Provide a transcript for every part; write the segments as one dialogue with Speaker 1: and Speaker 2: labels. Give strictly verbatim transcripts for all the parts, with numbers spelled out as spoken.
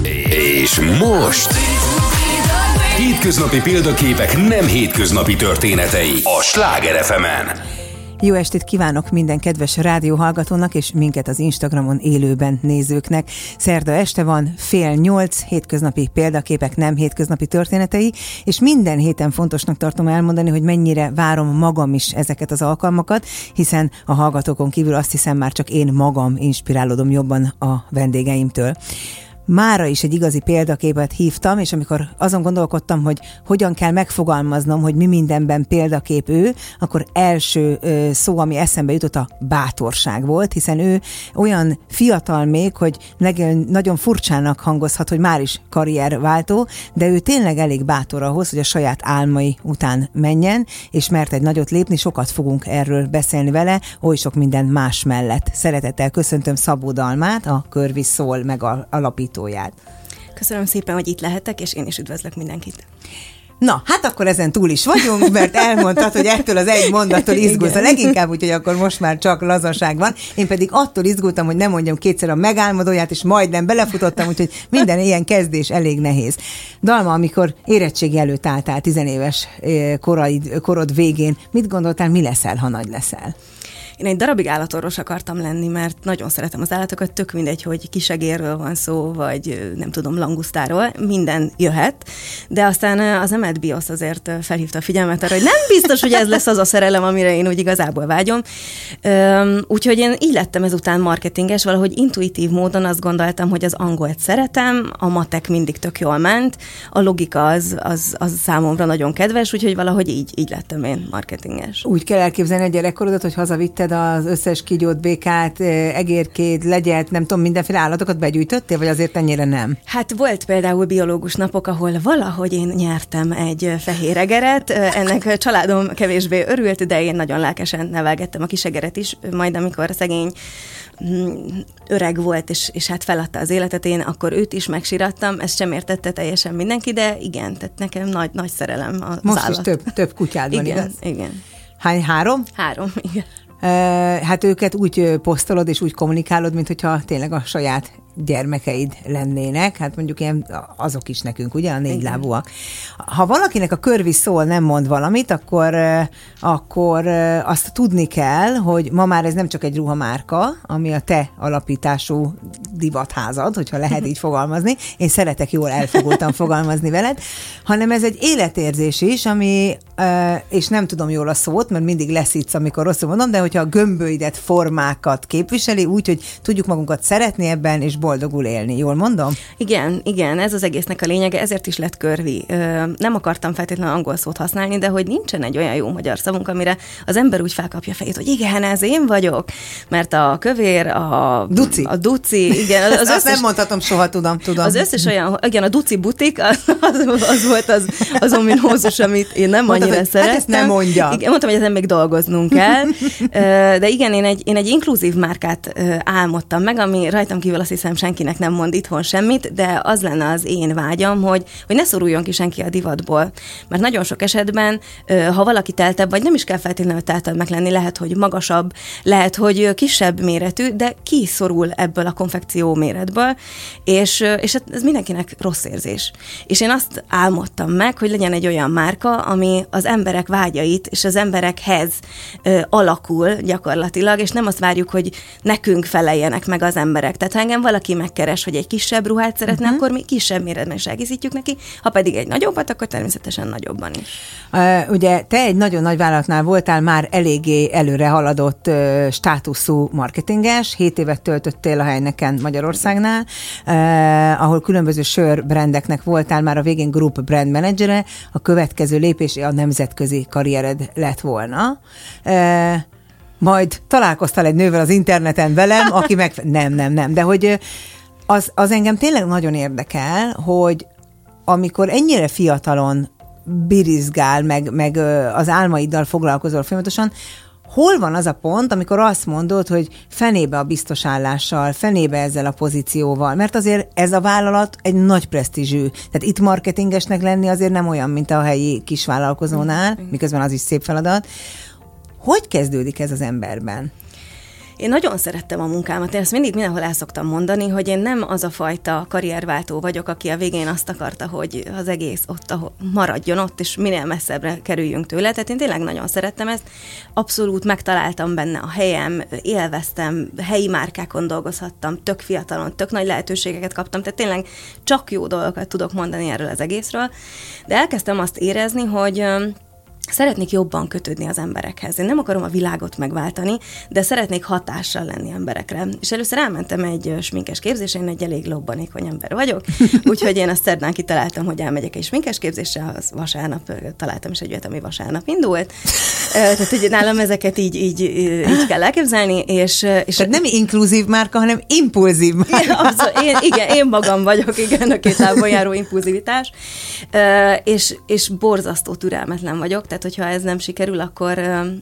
Speaker 1: És most hétköznapi példaképek nem hétköznapi történetei a Sláger ef emen.
Speaker 2: Jó estét kívánok minden kedves rádióhallgatónak és minket az Instagramon élőben nézőknek. Szerda este van, fél nyolc, hétköznapi példaképek, nem hétköznapi történetei, és minden héten fontosnak tartom elmondani, hogy mennyire várom magam is ezeket az alkalmakat, hiszen a hallgatókon kívül azt hiszem már csak én magam inspirálódom jobban a vendégeimtől. Mára is egy igazi példaképet hívtam, és amikor azon gondolkodtam, hogy hogyan kell megfogalmaznom, hogy mi mindenben példakép ő, akkor első ö, szó, ami eszembe jutott, a bátorság volt, hiszen ő olyan fiatal még, hogy nagyon furcsának hangozhat, hogy már is karrierváltó, de ő tényleg elég bátor ahhoz, hogy a saját álmai után menjen, és mert egy nagyot lépni, sokat fogunk erről beszélni vele, oly sok minden más mellett. Szeretettel köszöntöm Szabó Dalmát, a Körvi Soul megalapító.
Speaker 3: Köszönöm szépen, hogy itt lehetek, és én is üdvözlök mindenkit.
Speaker 2: Na, hát akkor ezen túl is vagyunk, mert elmondtad, hogy ettől az egy mondattól izgulsz. A leginkább úgy, hogy akkor most már csak lazaság van. Én pedig attól izgultam, hogy nem mondjam kétszer a megálmodóját, és majdnem belefutottam, úgyhogy minden ilyen kezdés elég nehéz. Dalma, amikor érettségi előtt álltál tizenéves koraid, korod végén, mit gondoltál, mi leszel, ha nagy leszel?
Speaker 3: Én egy darabig állatorvos akartam lenni, mert nagyon szeretem az állatokat, tök mindegy, hogy kisegérről van szó, vagy nem tudom, langusztáról, minden jöhet, de aztán az emelt biosz azért felhívta a figyelmet arra, hogy nem biztos, hogy ez lesz az a szerelem, amire én úgy igazából vágyom. Úgyhogy én így lettem ezután marketinges, valahogy intuitív módon azt gondoltam, hogy az angolt szeretem, a matek mindig tök jól ment, a logika az, az, az számomra nagyon kedves, úgyhogy valahogy így, így lettem én marketinges.
Speaker 2: Úgy kell elképzelni a gyerekkorodat, hogy hazavitted az összes kígyót, békát, egérkét, legyet, nem tudom, mindenféle állatokat begyűjtöttél, vagy azért ennyire nem?
Speaker 3: Hát volt például biológus napok, ahol valahogy én nyertem egy fehér egeret, ennek a családom kevésbé örült, de én nagyon lelkesen nevelgettem a kisegeret is, majd amikor szegény öreg volt, és, és hát feladta az életet, én akkor őt is megsirattam, ezt sem értette teljesen mindenki, de igen, tehát nekem nagy, nagy szerelem az
Speaker 2: Most
Speaker 3: állat.
Speaker 2: Is több, több kutyád van,
Speaker 3: igen,
Speaker 2: igaz?
Speaker 3: Igen.
Speaker 2: Hány? Három?
Speaker 3: Három, igen.
Speaker 2: Hát őket úgy posztolod és úgy kommunikálod, mint hogyha tényleg a saját gyermekeid lennének, hát mondjuk ilyen azok is nekünk, ugye, a négylábúak. Ha valakinek a Körvi Soul nem mond valamit, akkor, akkor azt tudni kell, hogy ma már ez nem csak egy ruhamárka, ami a te alapítású divatházad, hogyha lehet így fogalmazni, én szeretek jól elfogultan fogalmazni veled, hanem ez egy életérzés is, ami, és nem tudom jól a szót, mert mindig leszítsz, amikor rosszul mondom, de hogyha a gömböidet, formákat képviseli, úgy, hogy tudjuk magunkat szeretni ebben, és boldogul élni. Jól mondom?
Speaker 3: Igen, igen, ez az egésznek a lényege, ezért is lett Körvi. Nem akartam feltétlenül angol szót használni, de hogy nincsen egy olyan jó magyar szavunk, amire az ember úgy felkapja fejét, hogy igen, ez én vagyok, mert a kövér, a
Speaker 2: duci,
Speaker 3: a duci igen. Az, az
Speaker 2: összes, nem mondhatom soha, tudom, tudom.
Speaker 3: Az összes olyan, igen, a duci butik, az, az, az volt az, az ominózus, amit én nem Mondtad, annyira szerettem.
Speaker 2: Hát ezt nem mondja.
Speaker 3: Igen, mondtam, hogy ezen még dolgoznunk kell, de igen, én egy, én egy inkluzív márkát álmodtam meg, ami rajtam kívül azt hiszem senkinek nem mond itthon semmit, de az lenne az én vágyam, hogy, hogy ne szoruljon ki senki a divatból. Mert nagyon sok esetben, ha valaki teltebb, vagy nem is kell feltétlenül teltebbnek lenni, lehet, hogy magasabb, lehet, hogy kisebb méretű, de ki szorul ebből a konfekció méretből, és, és ez mindenkinek rossz érzés. És én azt álmodtam meg, hogy legyen egy olyan márka, ami az emberek vágyait és az emberekhez ö, alakul gyakorlatilag, és nem azt várjuk, hogy nekünk feleljenek meg az emberek. Tehát ha engem valaki megkeres, hogy egy kisebb ruhát szeretne, uh-huh. akkor mi kisebb méretben is egészítjük neki, ha pedig egy nagyobbat, akkor természetesen nagyobban is.
Speaker 2: Uh, ugye te egy nagyon nagy vállalatnál voltál már eléggé előre haladott uh, státuszú marketinges, hét évet töltöttél a helyneken Magyarországnál, uh, ahol különböző sörbrendeknek voltál már a végén group brand managere, a következő lépés a nemzetközi karriered lett volna. Uh, majd találkoztál egy nővel az interneten velem, aki meg... Nem, nem, nem, de hogy az, az engem tényleg nagyon érdekel, hogy amikor ennyire fiatalon birizgál, meg, meg az álmaiddal foglalkozol folyamatosan, hol van az a pont, amikor azt mondod, hogy fenébe a biztos állással, fenébe ezzel a pozícióval, mert azért ez a vállalat egy nagy presztízsű. Tehát itt marketingesnek lenni azért nem olyan, mint a helyi kisvállalkozónál, miközben az is szép feladat. Hogy kezdődik ez az emberben?
Speaker 3: Én nagyon szerettem a munkámat, én ezt mindig mindenhol el szoktam mondani, hogy én nem az a fajta karrierváltó vagyok, aki a végén azt akarta, hogy az egész ott ahol maradjon ott, és minél messzebbre kerüljünk tőle. Tehát én tényleg nagyon szerettem ezt. Abszolút megtaláltam benne a helyem, élveztem, helyi márkákon dolgozhattam, tök fiatalon, tök nagy lehetőségeket kaptam, tehát tényleg csak jó dolgokat tudok mondani erről az egészről. De elkezdtem azt érezni, hogy szeretnék jobban kötődni az emberekhez. Én nem akarom a világot megváltani, de szeretnék hatással lenni emberekre. És először elmentem egy sminkes képzésre, én egy elég lobbanékony ember vagyok, úgyhogy én azt szerdán kitaláltam, hogy elmegyek egy sminkes képzésre, az vasárnap találtam is egy olyat, ami vasárnap indult. Tehát ugye nálam ezeket így, így, így kell elképzelni. És, és
Speaker 2: Tehát nem inkluzív márka, hanem impulzív márka.
Speaker 3: Igen, abszolút, én, igen, én magam vagyok, igen, a két lábon járó impulzivitás. És, és borzasztó türelmetlen vagyok, tehát hogyha ez nem sikerül, akkor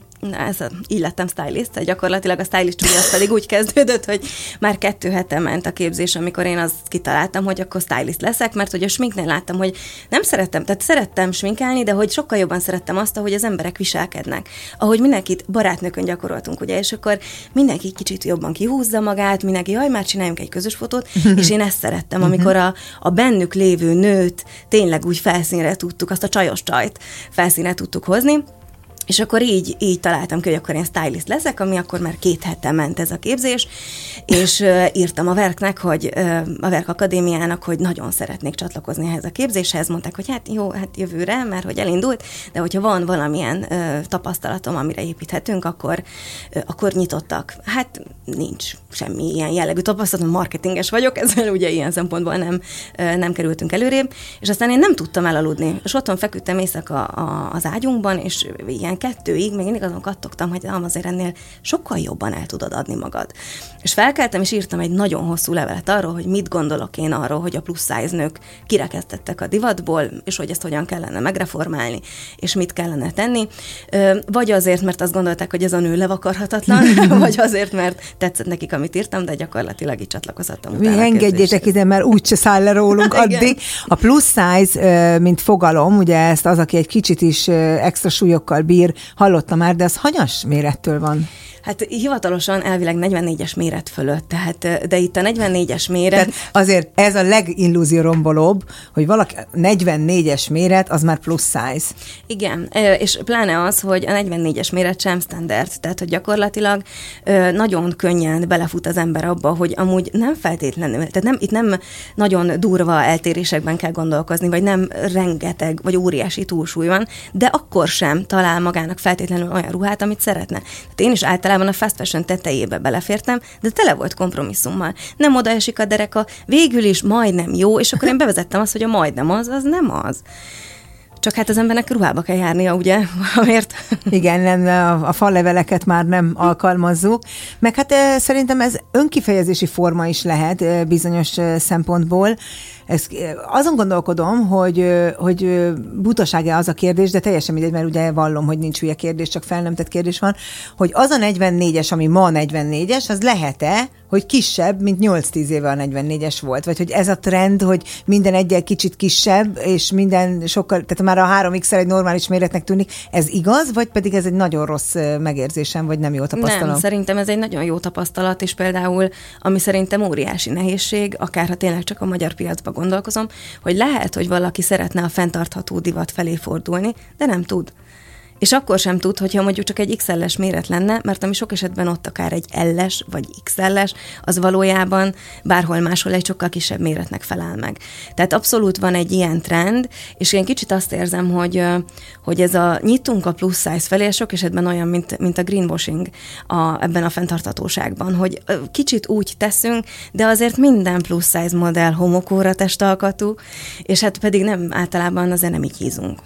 Speaker 3: ez a, így lettem stylist, tehát gyakorlatilag a stylist csúnya az pedig úgy kezdődött, hogy már kettő hete ment a képzés, amikor én azt kitaláltam, hogy akkor stylist leszek, mert hogy a sminknél láttam, hogy nem szerettem, tehát szerettem sminkelni, de hogy sokkal jobban szerettem azt, ahogy az emberek viselkednek, ahogy mindenkit barátnőkön gyakoroltunk, ugye, és akkor mindenki kicsit jobban kihúzza magát, mindenki, jaj, már csináljunk egy közös fotót, és én ezt szerettem, amikor a, a bennük lévő nőt tényleg úgy felszínre tudtuk, azt a csajos csajt felszínre tudtuk hozni. És akkor így, így találtam ki, hogy akkor én stylist leszek, ami akkor már két hete ment ez a képzés, és uh, írtam a Verknek, hogy uh, a Verk Akadémiának, hogy nagyon szeretnék csatlakozni ehhez a képzéshez. Mondták, hogy hát jó, hát jövőre, mert hogy elindult, de hogyha van valamilyen uh, tapasztalatom, amire építhetünk, akkor, uh, akkor nyitottak. Hát nincs semmi ilyen jellegű tapasztalatom, marketinges vagyok, ezzel ugye ilyen szempontból nem, uh, nem kerültünk előrébb, és aztán én nem tudtam elaludni. És otthon feküdtem éjszaka a, az ágyunkban, és ilyen kettőig még mindig azon kattogtam, hogy nem, azért ennél sokkal jobban el tudod adni magad. És felkeltem, és írtam egy nagyon hosszú levelet arról, hogy mit gondolok én arról, hogy a plusz size nők kirekesztettek a divatból, és hogy ezt hogyan kellene megreformálni, és mit kellene tenni. Vagy azért, mert azt gondolták, hogy ez a nő levakarhatatlan, vagy azért, mert tetszett nekik, amit írtam, de gyakorlatilag így csatlakozhattam utána.
Speaker 2: Engedjétek ide, mert úgyse száll le rólunk addig. A plusz size, mint fogalom, ugye ezt az, aki egy kicsit is extra súlyokkal bír, hallottam már, de az hanyas mérettől van?
Speaker 3: Hát hivatalosan elvileg negyvennégyes méret fölött, tehát, de itt a negyvennégyes méret... Tehát
Speaker 2: azért ez a legillúziórombolóbb, hogy valaki negyvennégyes méret, az már plusz size.
Speaker 3: Igen, és pláne az, hogy a negyvennégyes méret sem standard, tehát hogy gyakorlatilag nagyon könnyen belefut az ember abba, hogy amúgy nem feltétlenül, tehát nem, itt nem nagyon durva eltérésekben kell gondolkozni, vagy nem rengeteg, vagy óriási túlsúly van, de akkor sem talál magának feltétlenül olyan ruhát, amit szeretne. Tehát én is általában a fast fashion tetejébe belefértem, de tele volt kompromisszummal. Nem odaesik a dereka, végül is majdnem jó, és akkor én bevezettem azt, hogy a majdnem az, az nem az. Csak hát az embernek ruhába kell járnia, ugye? Amért...
Speaker 2: Igen, nem, a, a falleveleket már nem alkalmazzuk. Meg hát e, szerintem ez önkifejezési forma is lehet e, bizonyos e, szempontból. Ez, azon gondolkodom, hogy, hogy butaság-e az a kérdés, de teljesen mindegy, mert ugye vallom, hogy nincs hülye kérdés, csak fel nem tett kérdés van, hogy az a negyvennégyes, ami ma negyvennégyes, az lehet-e, hogy kisebb, mint nyolc-tíz éve a negyvennégyes volt? Vagy hogy ez a trend, hogy minden egyel kicsit kisebb, és minden sokkal, tehát már a három iksz el egy normális méretnek tűnik, ez igaz, vagy pedig ez egy nagyon rossz megérzésem, vagy nem jó tapasztalat?
Speaker 3: Nem, szerintem ez egy nagyon jó tapasztalat, és például, ami szerintem óriási nehézség, akár ha tényleg csak a magyar piacban gondolkozom, hogy lehet, hogy valaki szeretne a fenntartható divat felé fordulni, de nem tud. És akkor sem tud, hogyha mondjuk csak egy iksz el-es méret lenne, mert ami sok esetben ott akár egy el-es vagy iksz el-es, az valójában bárhol máshol egy sokkal kisebb méretnek felel meg. Tehát abszolút van egy ilyen trend, és én kicsit azt érzem, hogy, hogy ez a nyitunk a plusz size felé, sok esetben olyan, mint, mint a greenwashing a, ebben a fenntarthatóságban, hogy kicsit úgy teszünk, de azért minden plusz size modell homokóra testalkatú, és hát pedig nem általában azért nem így hízunk.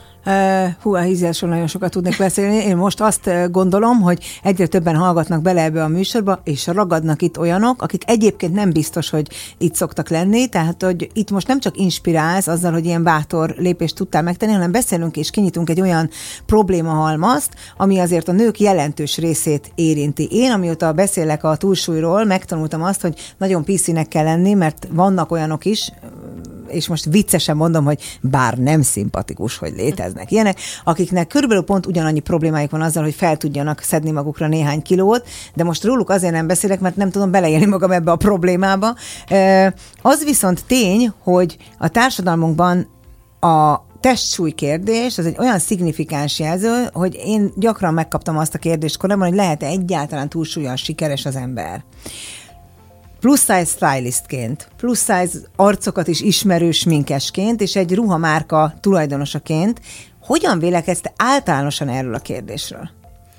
Speaker 2: Uh, hú, a hízásról nagyon sokat tudnék beszélni. Én most azt gondolom, hogy egyre többen hallgatnak bele ebbe a műsorba, és ragadnak itt olyanok, akik egyébként nem biztos, hogy itt szoktak lenni, tehát, hogy itt most nem csak inspirálsz azzal, hogy ilyen bátor lépést tudtál megtenni, hanem beszélünk és kinyitunk egy olyan problémahalmazt, ami azért a nők jelentős részét érinti. Én, amióta beszélek a túlsúlyról, megtanultam azt, hogy nagyon píszinek kell lenni, mert vannak olyanok is, és most viccesen mondom, hogy bár nem szimpatikus, hogy léteznek ilyenek, akiknek körülbelül pont ugyanannyi problémájuk van azzal, hogy fel tudjanak szedni magukra néhány kilót, de most róluk azért nem beszélek, mert nem tudom beleélni magam ebbe a problémába. Az viszont tény, hogy a társadalmunkban a testsúly kérdés, az egy olyan szignifikáns jelző, hogy én gyakran megkaptam azt a kérdést korábban, hogy lehet-e egyáltalán túlsúlyan sikeres az ember. Plus size stylistként, plus size arcokat is ismerő sminkesként, és egy ruhamárka tulajdonosaként, hogyan vélekedsz általánosan erről a kérdésről?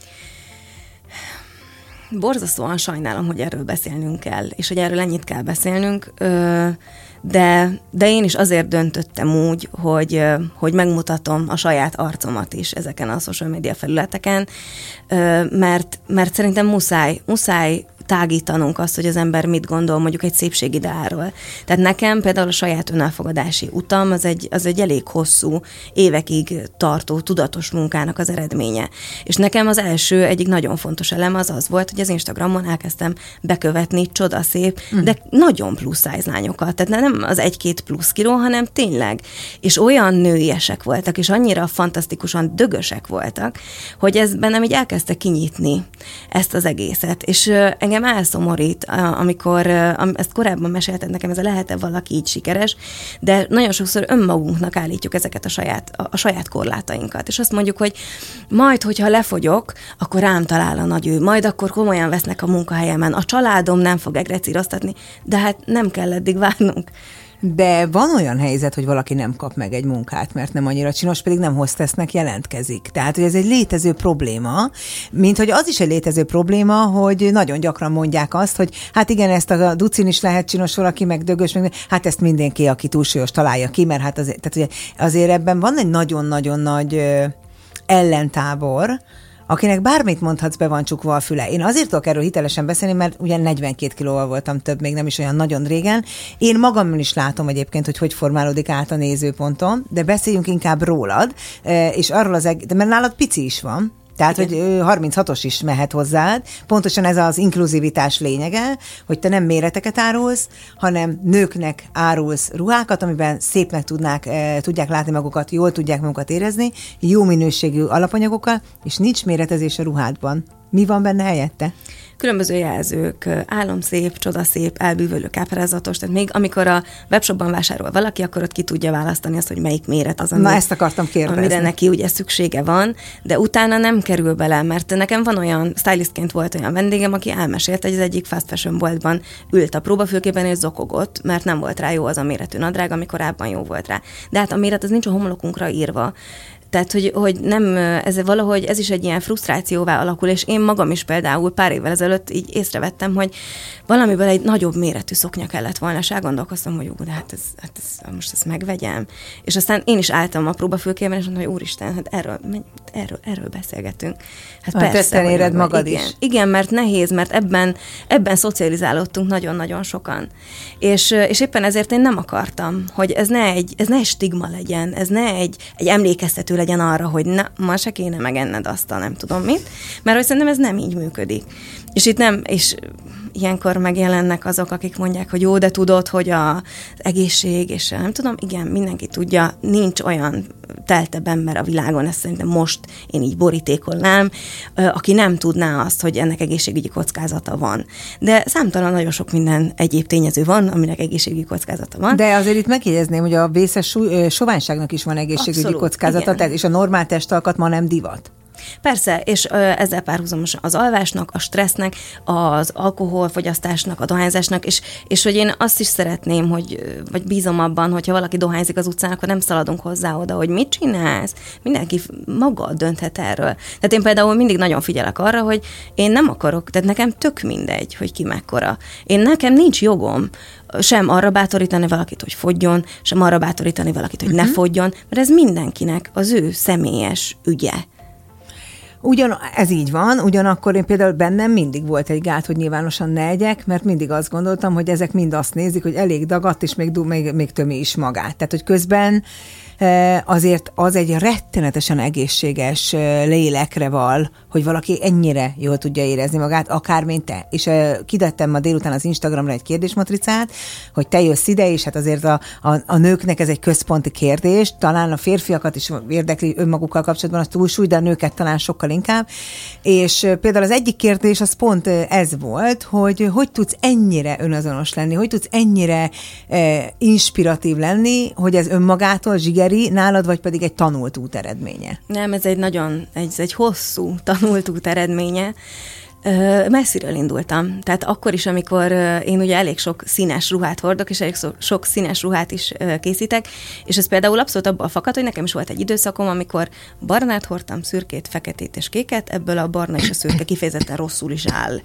Speaker 3: Borzasztóan sajnálom, hogy erről beszélnünk kell, és hogy erről ennyit kell beszélnünk, de, de én is azért döntöttem úgy, hogy, hogy megmutatom a saját arcomat is ezeken a social media felületeken, mert, mert szerintem muszáj, muszáj tágítanunk azt, hogy az ember mit gondol mondjuk egy szépségideálról. Tehát nekem például a saját önelfogadási utam az egy, az egy elég hosszú, évekig tartó, tudatos munkának az eredménye. És nekem az első egyik nagyon fontos elem az az volt, hogy az Instagramon elkezdtem bekövetni csodaszép, mm. de nagyon plusz size lányokat. Tehát nem az egy-két plusz kiló, hanem tényleg. És olyan nőiesek voltak, és annyira fantasztikusan dögösek voltak, hogy ez bennem így elkezdte kinyitni ezt az egészet. És engem elszomorít, amikor, ezt korábban mesélted nekem, ez a lehet-e valaki így sikeres, de nagyon sokszor önmagunknak állítjuk ezeket a saját, a, a saját korlátainkat. És azt mondjuk, hogy majd, hogyha lefogyok, akkor rám talál a nagy ő, majd akkor komolyan vesznek a munkahelyemen, a családom nem fog egrecíroztatni, de hát nem kell eddig várnunk.
Speaker 2: De van olyan helyzet, hogy valaki nem kap meg egy munkát, mert nem annyira csinos, pedig nem hostessnek jelentkezik. Tehát, hogy ez egy létező probléma, mint hogy az is egy létező probléma, hogy nagyon gyakran mondják azt, hogy hát igen, ezt a ducin is lehet csinos valaki, meg dögös, meg hát ezt mindenki, aki túlsúlyos, találja ki, mert hát azért, tehát ugye azért ebben van egy nagyon-nagyon nagy ö, ellentábor, akinek bármit mondhatsz, be van csukva a füle. Én azért tudok erről hitelesen beszélni, mert ugye negyvenkét kilóval voltam több, még nem is olyan nagyon régen. Én magamon is látom egyébként, hogy hogy formálódik át a nézőpontom, de beszéljünk inkább rólad, és arról az eg- de mert nálad pici is van. Tehát, igen, hogy harminchatos is mehet hozzád. Pontosan ez az inkluzivitás lényege, hogy te nem méreteket árulsz, hanem nőknek árulsz ruhákat, amiben szépnek tudnák, e, tudják látni magukat, jól tudják magukat érezni, jó minőségű alapanyagokkal, és nincs méretezés a ruhádban. Mi van benne helyette?
Speaker 3: Különböző jelzők, álomszép, csodaszép, elbűvölő, káprázatos, tehát még amikor a webshopban vásárol valaki, akkor ott ki tudja választani azt, hogy melyik méret az, ami,
Speaker 2: Na, ezt akartam kérdezni.
Speaker 3: amire neki ugye szüksége van, de utána nem kerül bele, mert nekem van olyan, stylistként volt olyan vendégem, aki elmesélte, hogy az egyik fast fashion boltban ült a próbafülkében és zokogott, mert nem volt rá jó az a méretű nadrág, ami korábban jó volt rá. De hát a méret az nincs a homlokunkra írva. Tehát, hogy, hogy nem, ez valahogy, ez is egy ilyen frusztrációvá alakul, és én magam is például pár évvel ezelőtt így észrevettem, hogy valamiből egy nagyobb méretű szoknya kellett volna, és elgondolkoztam, hogy jó, de hát, ez, hát ez, most ezt megvegyem. És aztán én is álltam a próbafülkében, és mondtam, hogy úristen, hát erről, erről, erről beszélgetünk. Hát
Speaker 2: ah, persze, hogy éred magad
Speaker 3: igen,
Speaker 2: is.
Speaker 3: Igen, mert nehéz, mert ebben, ebben szocializálódtunk nagyon-nagyon sokan. És, és éppen ezért én nem akartam, hogy ez ne egy, ez ne egy stigma legyen, ez ne egy, egy emlékeztető legyen arra, hogy na, ma se kéne megenned azt a nem tudom mit, mert hogy szerintem ez nem így működik. És itt nem, és ilyenkor megjelennek azok, akik mondják, hogy jó, de tudod, hogy a, az egészség, és nem tudom, igen, mindenki tudja, nincs olyan teltebb ember a világon, ezt szerintem most én így borítékolnám, aki nem tudná azt, hogy ennek egészségügyi kockázata van. De számtalan nagyon sok minden egyéb tényező van, aminek egészségügyi kockázata van.
Speaker 2: De azért itt megjegyezném, hogy a vészes soványságnak is van egészségügyi Abszolút, kockázata, tehát, és a normál testalkat ma nem divat.
Speaker 3: Persze, és ezzel párhuzamosan az alvásnak, a stressznek, az alkoholfogyasztásnak, a dohányzásnak, és, és hogy én azt is szeretném, hogy, vagy bízom abban, hogyha valaki dohányzik az utcán, akkor nem szaladunk hozzá oda, hogy mit csinálsz. Mindenki maga dönthet erről. Tehát én például mindig nagyon figyelek arra, hogy én nem akarok, tehát nekem tök mindegy, hogy ki mekkora. Én nekem nincs jogom sem arra bátorítani valakit, hogy fogjon, sem arra bátorítani valakit, hogy uh-huh. ne fogjon, mert ez mindenkinek az ő személyes ügye.
Speaker 2: Ugyan, ez így van, ugyanakkor én például bennem mindig volt egy gát, hogy nyilvánosan ne egyek, mert mindig azt gondoltam, hogy ezek mind azt nézik, hogy elég dagadt, és még, még, még tömi is magát. Tehát, hogy közben azért az egy rettenetesen egészséges lélekre val, hogy valaki ennyire jól tudja érezni magát, akár mint te. És kidettem ma délután az Instagramra egy kérdésmatricát, hogy te jössz ide, és hát azért a, a, a nőknek ez egy központi kérdés, talán a férfiakat is érdekli önmagukkal kapcsolatban a túlsúly, de a nőket talán sokkal inkább. És például az egyik kérdés az pont ez volt, hogy hogy tudsz ennyire önazonos lenni, hogy tudsz ennyire eh, inspiratív lenni, hogy ez önmagától zsiger nálad, vagy pedig egy tanult út eredménye?
Speaker 3: Nem, ez egy nagyon, ez egy hosszú tanult út eredménye. Messziről indultam. Tehát akkor is, amikor én ugye elég sok színes ruhát hordok, és elég sok színes ruhát is készítek, és ez például abszolút abból fakad, hogy nekem is volt egy időszakom, amikor barnát hordtam, szürkét, feketét és kéket, ebből a barna és a szürke kifejezetten rosszul is áll.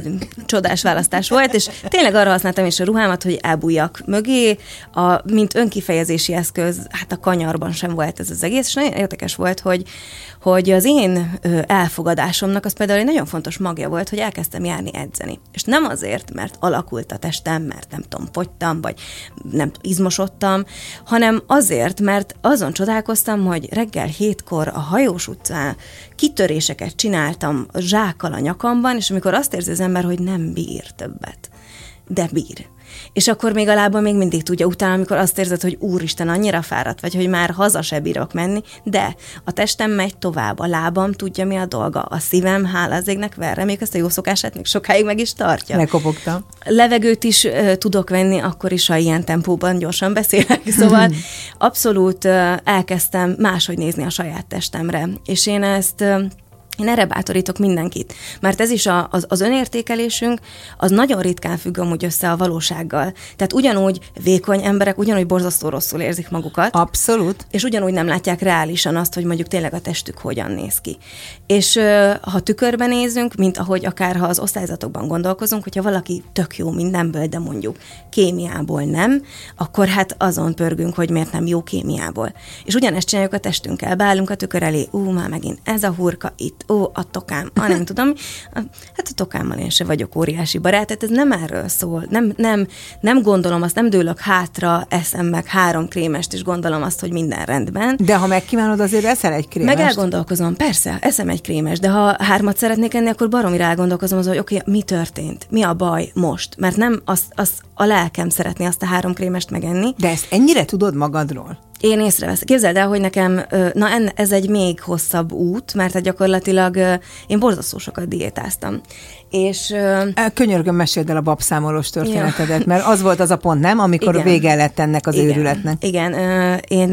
Speaker 3: Csodás választás volt, és tényleg arra használtam is a ruhámat, hogy elbújjak mögé, a, mint önkifejezési eszköz, hát a kanyarban sem volt ez az egész, és nagyon érdekes volt, hogy, hogy az én elfogadásomnak az például egy nagyon fontos magja volt, hogy elkezdtem járni edzeni. És nem azért, mert alakult a testem, mert nem tudom, fogytam, vagy nem izmosodtam, hanem azért, mert azon csodálkoztam, hogy reggel hétkor a Hajós utcán kitöréseket csináltam zsákkal a nyakamban, és amikor azt érzi az ember, hogy nem bír többet, de bír. És akkor még a lába még mindig tudja utána, amikor azt érzed, hogy úristen, annyira fáradt vagy, hogy már haza se bírok menni, de a testem megy tovább, a lábam tudja, mi a dolga, a szívem, hála az égnek ver, reméljük ezt a jó szokását még sokáig meg is tartja.
Speaker 2: Lekopogtam.
Speaker 3: Levegőt is uh, tudok venni, akkor is, ha ilyen tempóban gyorsan beszélek, szóval abszolút uh, elkezdtem máshogy nézni a saját testemre, és én ezt... Uh, Én erre bátorítok mindenkit, mert ez is a, az, az önértékelésünk, az nagyon ritkán függ amúgy össze a valósággal. Tehát ugyanúgy vékony emberek, ugyanúgy borzasztó rosszul érzik magukat.
Speaker 2: Abszolút.
Speaker 3: És ugyanúgy nem látják reálisan azt, hogy mondjuk tényleg a testük hogyan néz ki. És ha tükörben nézünk, mint ahogy akár ha az osztályzatokban gondolkozunk, hogyha valaki tök jó mindenből, de mondjuk kémiából nem, akkor hát azon pörgünk, hogy miért nem jó kémiából. És ugyanezt csináljuk a testünkkel, beállunk a tükör elé, ú, már megint ez a hurka itt, ó, a tokám, ah, nem tudom, hát a tokámmal én se vagyok óriási barát, tehát ez nem erről szól, nem, nem, nem gondolom azt, nem dőlök hátra, eszem meg három krémest, és gondolom azt, hogy minden rendben.
Speaker 2: De ha megkívánod, azért eszel egy krémest?
Speaker 3: Meg elgondolkozom, persze, eszem egy krémest, de ha hármat szeretnék enni, akkor baromira elgondolkozom azon, hogy oké, okay, mi történt, mi a baj most, mert nem az, az a lelkem szeretné azt a három krémest megenni.
Speaker 2: De ezt ennyire tudod magadról?
Speaker 3: Én észreveszem. Képzeld el, hogy nekem, na ez egy még hosszabb út, mert gyakorlatilag én borzasztó sokat diétáztam. És...
Speaker 2: Könyörgöm, meséld el a babszámolós történetedet, ja. Mert az volt az a pont, nem? Amikor igen. Vége lett ennek az
Speaker 3: igen. őrületnek. Igen, én...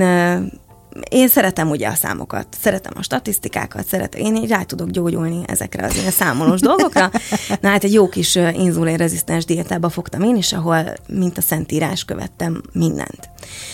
Speaker 3: Én szeretem ugye a számokat, szeretem a statisztikákat, szeretem, én így rá tudok gyógyulni ezekre az ilyen számolós dolgokra. Na hát egy jó kis inzulinrezisztens diétába fogtam én is, ahol mint a szentírás követtem mindent.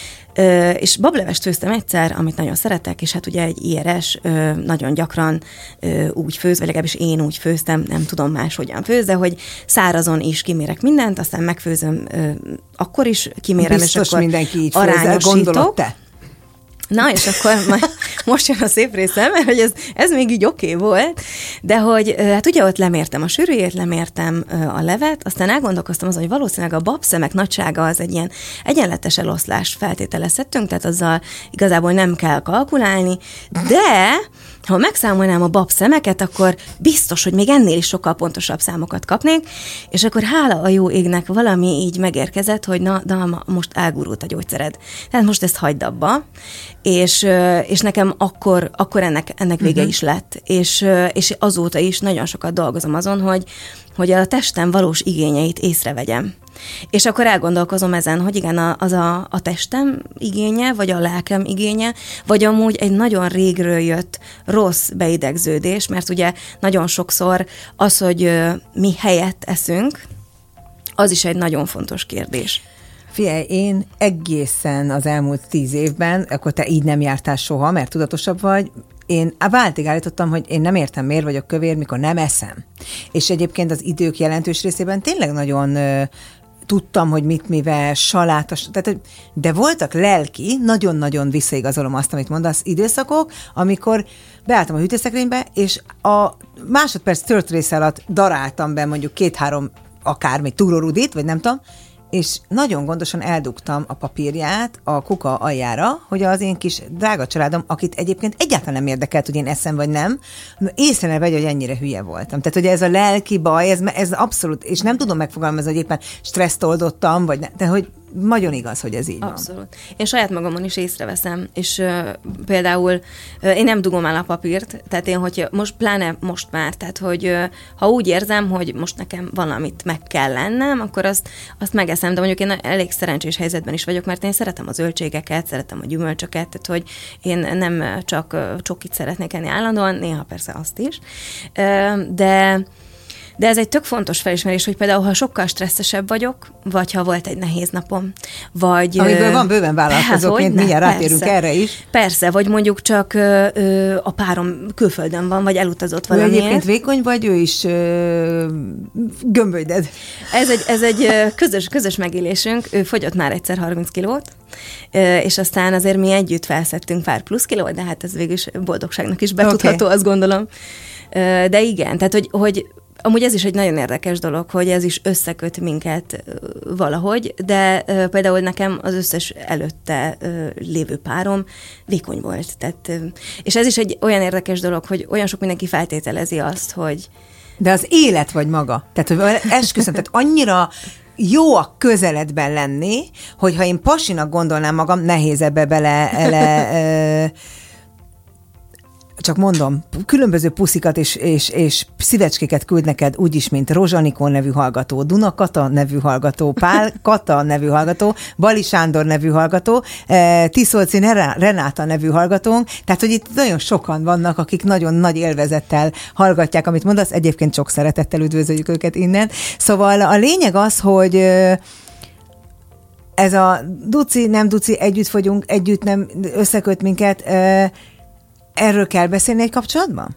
Speaker 3: Ö, és bablevest főztem egyszer, amit nagyon szeretek, és hát ugye egy i er es ö, nagyon gyakran ö, úgy főz, vagy legalábbis én úgy főztem, nem tudom más hogyan főz, de hogy szárazon is kimérek mindent, aztán megfőzöm, ö, akkor is kimérem,
Speaker 2: biztos
Speaker 3: és akkor
Speaker 2: mindenki így főzzel, gondolod te?
Speaker 3: Na, és akkor majd most jön a szép részem, mert hogy ez, ez még így oké okay volt, de hogy hát ugye ott lemértem a sűrűjét, lemértem a levet, aztán elgondolkoztam azon, hogy valószínűleg a babszemek nagysága az egy ilyen egyenletes eloszlás feltételezhetünk, tehát azzal igazából nem kell kalkulálni, de ha megszámolnám a babszemeket, akkor biztos, hogy még ennél is sokkal pontosabb számokat kapnék, és akkor hála a jó égnek valami így megérkezett, hogy na, na most elgurult a gyógyszered. Tehát most ezt hagyd abba, és, és nekem akkor, akkor ennek, ennek vége uh-huh. is lett, és, és azóta is nagyon sokat dolgozom azon, hogy, hogy a testem valós igényeit észrevegyem. És akkor elgondolkozom ezen, hogy igen, az a, a testem igénye, vagy a lelkem igénye, vagy amúgy egy nagyon régről jött rossz beidegződés, mert ugye nagyon sokszor az, hogy mi helyett eszünk, az is egy nagyon fontos kérdés.
Speaker 2: Figyelj, én egészen az elmúlt tíz évben, akkor te így nem jártál soha, mert tudatosabb vagy, én váltig állítottam, hogy én nem értem, miért vagyok kövér, mikor nem eszem. És egyébként az idők jelentős részében tényleg nagyon tudtam, hogy mit mivel, salátos, tehát, de voltak lelki, nagyon-nagyon visszaigazolom azt, amit mondasz, időszakok, amikor beálltam a hűtőszekrénybe, és a másodperc tört rész alatt daráltam be mondjuk két-három akármi túrórudit, vagy nem tudom, és nagyon gondosan eldugtam a papírját a kuka aljára, hogy az én kis drága családom, akit egyébként egyáltalán nem érdekelt, hogy én eszem vagy nem, észre ne vegye, hogy ennyire hülye voltam. Tehát, hogy ez a lelki baj, ez, ez abszolút, és nem tudom megfogalmazni, hogy éppen stresszt oldottam, vagy ne, de hogy nagyon igaz, hogy ez így
Speaker 3: Abszolút.
Speaker 2: van.
Speaker 3: Abszolút. Én saját magamon is észreveszem, és uh, például uh, én nem dugom el a papírt, tehát én, hogy most, pláne most már, tehát, hogy uh, ha úgy érzem, hogy most nekem valamit meg kell lennem, akkor azt, azt megeszem, de mondjuk én elég szerencsés helyzetben is vagyok, mert én szeretem a zöldségeket, szeretem a gyümölcsöket, tehát, hogy én nem csak uh, csokit szeretnék enni állandóan, néha persze azt is, uh, de De ez egy tök fontos felismerés, hogy például, ha sokkal stresszesebb vagyok, vagy ha volt egy nehéz napom, vagy...
Speaker 2: Amiből van bőven vállalkozóként, mindjárt rátérünk erre is.
Speaker 3: Persze, vagy mondjuk csak ö, ö, a párom külföldön van, vagy elutazott valamiért.
Speaker 2: Ő egyébként vékony, vagy ő is ö, gömbölyded?
Speaker 3: Ez egy, ez egy közös, közös megélésünk. Ő fogyott már egyszer harminc kilót, és aztán azért mi együtt felszettünk pár plusz kilót, de hát ez végül is boldogságnak is betudható, okay. Azt gondolom. De igen, tehát, hogy, hogy amúgy ez is egy nagyon érdekes dolog, hogy ez is összeköt minket valahogy, de uh, például nekem az összes előtte uh, lévő párom vékony volt. Tehát, uh, és ez is egy olyan érdekes dolog, hogy olyan sok mindenki feltételezi azt, hogy...
Speaker 2: De az élet vagy maga. Tehát, hogy esküszöm, tehát annyira jó a közeledben lenni, hogyha én pasinak gondolnám magam, nehéz ebbe bele... ele, uh, csak mondom, különböző puszikat és, és, és szívecskéket küld neked úgyis, mint Rozsanikó nevű hallgató, Duna Kata nevű hallgató, Pál Kata nevű hallgató, Bali Sándor nevű hallgató, Tiszolci Renáta nevű hallgatónk, tehát, hogy itt nagyon sokan vannak, akik nagyon nagy élvezettel hallgatják, amit mondasz, egyébként sok szeretettel üdvözöljük őket innen. Szóval a lényeg az, hogy ez a duci, nem duci, együtt fogyunk, együtt nem összeköt minket, erről kell beszélni egy kapcsolatban?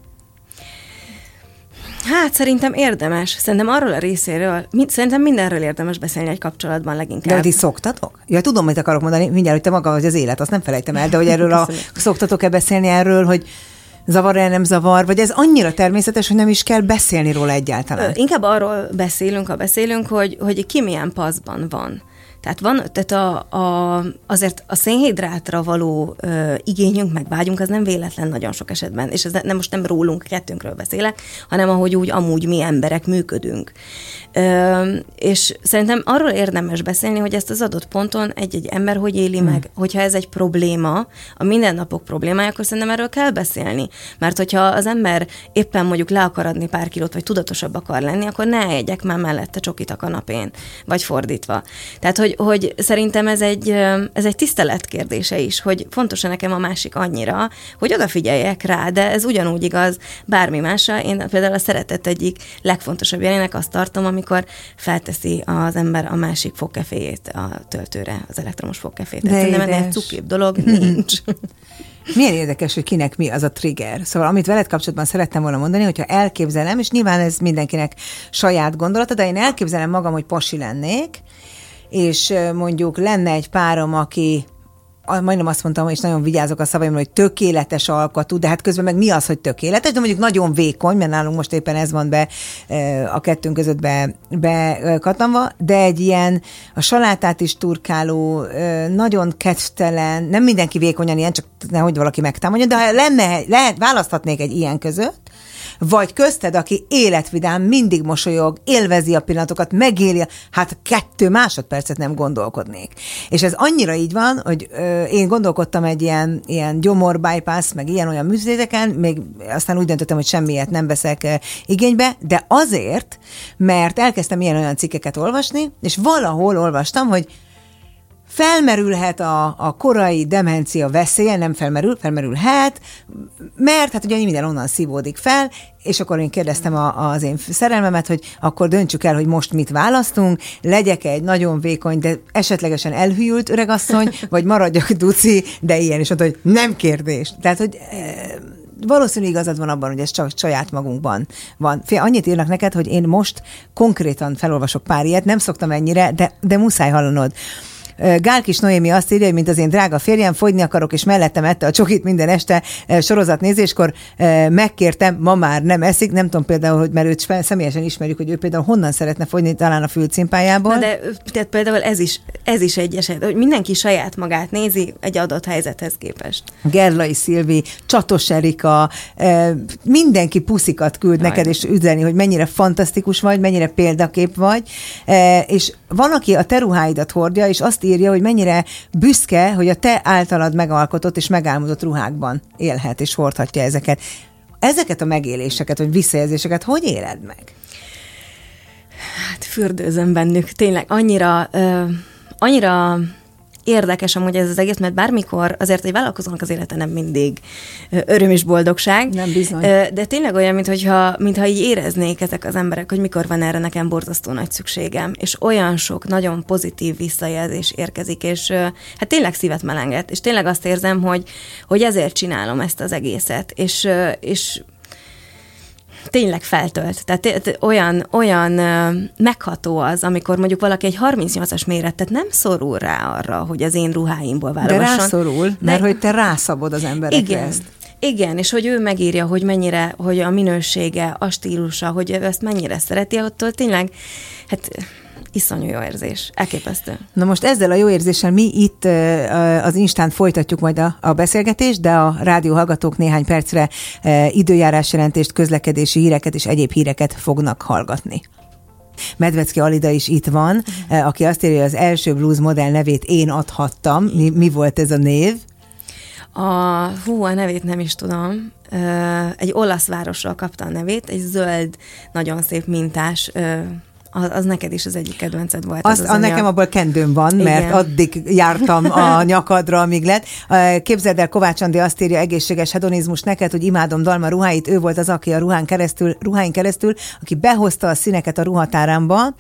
Speaker 3: Hát szerintem érdemes. Szerintem arról a részéről, mind, szerintem mindenről érdemes beszélni egy kapcsolatban leginkább.
Speaker 2: De hogy is szoktatok? Ja, tudom, mit akarok mondani, mindjárt, hogy te maga vagy az élet, azt nem felejtem el, de hogy erről a, szoktatok-e beszélni erről, hogy zavar-e, nem zavar, vagy ez annyira természetes, hogy nem is kell beszélni róla egyáltalán?
Speaker 3: Ö, inkább arról beszélünk, ha beszélünk, hogy, hogy ki milyen paszban van. Tehát van, tehát a, a, azért a szénhidrátra való ö, igényünk, meg vágyunk, az nem véletlen nagyon sok esetben, és ez nem, most nem rólunk, kettőnkről beszélek, hanem ahogy úgy amúgy mi emberek működünk. Ö, és szerintem arról érdemes beszélni, hogy ezt az adott ponton egy-egy ember hogy éli hmm. meg, hogyha ez egy probléma, a mindennapok problémája, akkor szerintem erről kell beszélni. Mert hogyha az ember éppen mondjuk le akar adni pár kilót, vagy tudatosabb akar lenni, akkor ne egyek már mellette csokit a kanapén, vagy fordítva. Tehát, hogy hogy szerintem ez egy, ez egy tisztelet kérdése is, hogy fontos nekem a másik annyira, hogy odafigyeljek rá, de ez ugyanúgy igaz bármi másra. Én például a szeretet egyik legfontosabb jelének azt tartom, amikor felteszi az ember a másik fogkeféjét a töltőre, az elektromos fogkefét. Szerintem ennél cukibb dolog nincs.
Speaker 2: Milyen érdekes, hogy kinek mi az a trigger. Szóval amit veled kapcsolatban szerettem volna mondani, hogyha elképzelem, és nyilván ez mindenkinek saját gondolata, de én elképzelem magam, hogy pasi lennék, és mondjuk lenne egy párom, aki, majdnem azt mondtam, és nagyon vigyázok a szavaimra, hogy tökéletes alkatú, de hát közben meg mi az, hogy tökéletes, de mondjuk nagyon vékony, mert nálunk most éppen ez van be a kettőnk között be, be katanva, de egy ilyen a salátát is turkáló, nagyon kedvtelen, nem mindenki vékonyan ilyen, csak nehogy valaki megtámadja, de ha lenne, lehet, választhatnék egy ilyen között, vagy közted, aki életvidám, mindig mosolyog, élvezi a pillanatokat, megéli, hát kettő másodpercet nem gondolkodnék. És ez annyira így van, hogy ö, én gondolkodtam egy ilyen, ilyen gyomor bypass, meg ilyen-olyan műtéteken, még aztán úgy döntöttem, hogy semmiért nem veszek ö, igénybe, de azért, mert elkezdtem ilyen-olyan cikkeket olvasni, és valahol olvastam, hogy felmerülhet a, a korai demencia veszélye, nem felmerül, felmerülhet, mert hát ugye minden onnan szívódik fel, és akkor én kérdeztem a, az én szerelmemet, hogy akkor döntsük el, hogy most mit választunk, legyek egy nagyon vékony, de esetlegesen elhűlt öregasszony, vagy maradjak duci, de ilyen is mondta, hogy nem kérdés. Tehát, hogy valószínű igazad van abban, hogy ez csak saját magunkban van. Fél, annyit írnak neked, hogy én most konkrétan felolvasok pár ilyet, nem szoktam ennyire, de, de muszáj hallanod. Gálkis Noémi azt írja, hogy mint az én drága férjem, fogyni akarok, és mellettem ette a csokit minden este sorozatnézéskor. Megkértem, ma már nem eszik. Nem tudom például, hogy mert őt személyesen ismerjük, hogy ő például honnan szeretne fogyni, talán a fülcimpájából.
Speaker 3: Na de tehát például ez is, ez is egy eset, hogy mindenki saját magát nézi egy adott helyzethez képest.
Speaker 2: Gerlai Szilvi, Csatos Erika, mindenki puszikat küld Jaj. neked, és üzenni, hogy mennyire fantasztikus vagy, mennyire példakép vagy. És van, aki a te ruháidat hordja, és azt írja, hogy mennyire büszke, hogy a te általad megalkotott és megálmodott ruhákban élhet és hordhatja ezeket. Ezeket a megéléseket, vagy visszajelzéseket hogy éled meg?
Speaker 3: Hát fürdőzöm bennük. Tényleg annyira, uh, annyira érdekes amúgy ez az egész, mert bármikor azért egy vállalkozónak az élete nem mindig öröm és boldogság.
Speaker 2: Nem bizony.
Speaker 3: De tényleg olyan, mintha, mintha így éreznék ezek az emberek, hogy mikor van erre nekem borzasztó nagy szükségem, és olyan sok nagyon pozitív visszajelzés érkezik, és hát tényleg szívet melenget, és tényleg azt érzem, hogy, hogy ezért csinálom ezt az egészet, és, és tényleg feltölt. Tehát t- t- olyan, olyan uh, megható az, amikor mondjuk valaki egy harmincnyolcas méretet nem szorul rá arra, hogy az én ruháimból válogasson.
Speaker 2: De rászorul, de, mert hogy te rászabod az emberekre
Speaker 3: igen,
Speaker 2: ezt.
Speaker 3: Igen, és hogy ő megírja, hogy mennyire, hogy a minősége, a stílusa, hogy ő ezt mennyire szereti, attól tényleg, hát iszonyú jó érzés. Elképesztő.
Speaker 2: Na most ezzel a jó érzéssel mi itt az Instán folytatjuk majd a, a beszélgetést, de a rádió hallgatók néhány percre időjárásjelentést, közlekedési híreket és egyéb híreket fognak hallgatni. Medvecki Alida is itt van, aki azt írja, hogy az első blues modell nevét én adhattam. Mi, mi volt ez a név?
Speaker 3: A, hú, a nevét nem is tudom. Egy olasz városról kapta a nevét, egy zöld, nagyon szép mintás, Az, az neked is az egyik kedvenced volt.
Speaker 2: Azt,
Speaker 3: az
Speaker 2: az nekem abból kendőm van, igen. Mert addig jártam a nyakadra, amíg lett. Képzeld el, Kovács Andi azt írja, egészséges hedonizmus neked, hogy imádom Dalma ruháit, ő volt az, aki a ruhán keresztül, ruháin keresztül, aki behozta a színeket a ruhatárámba.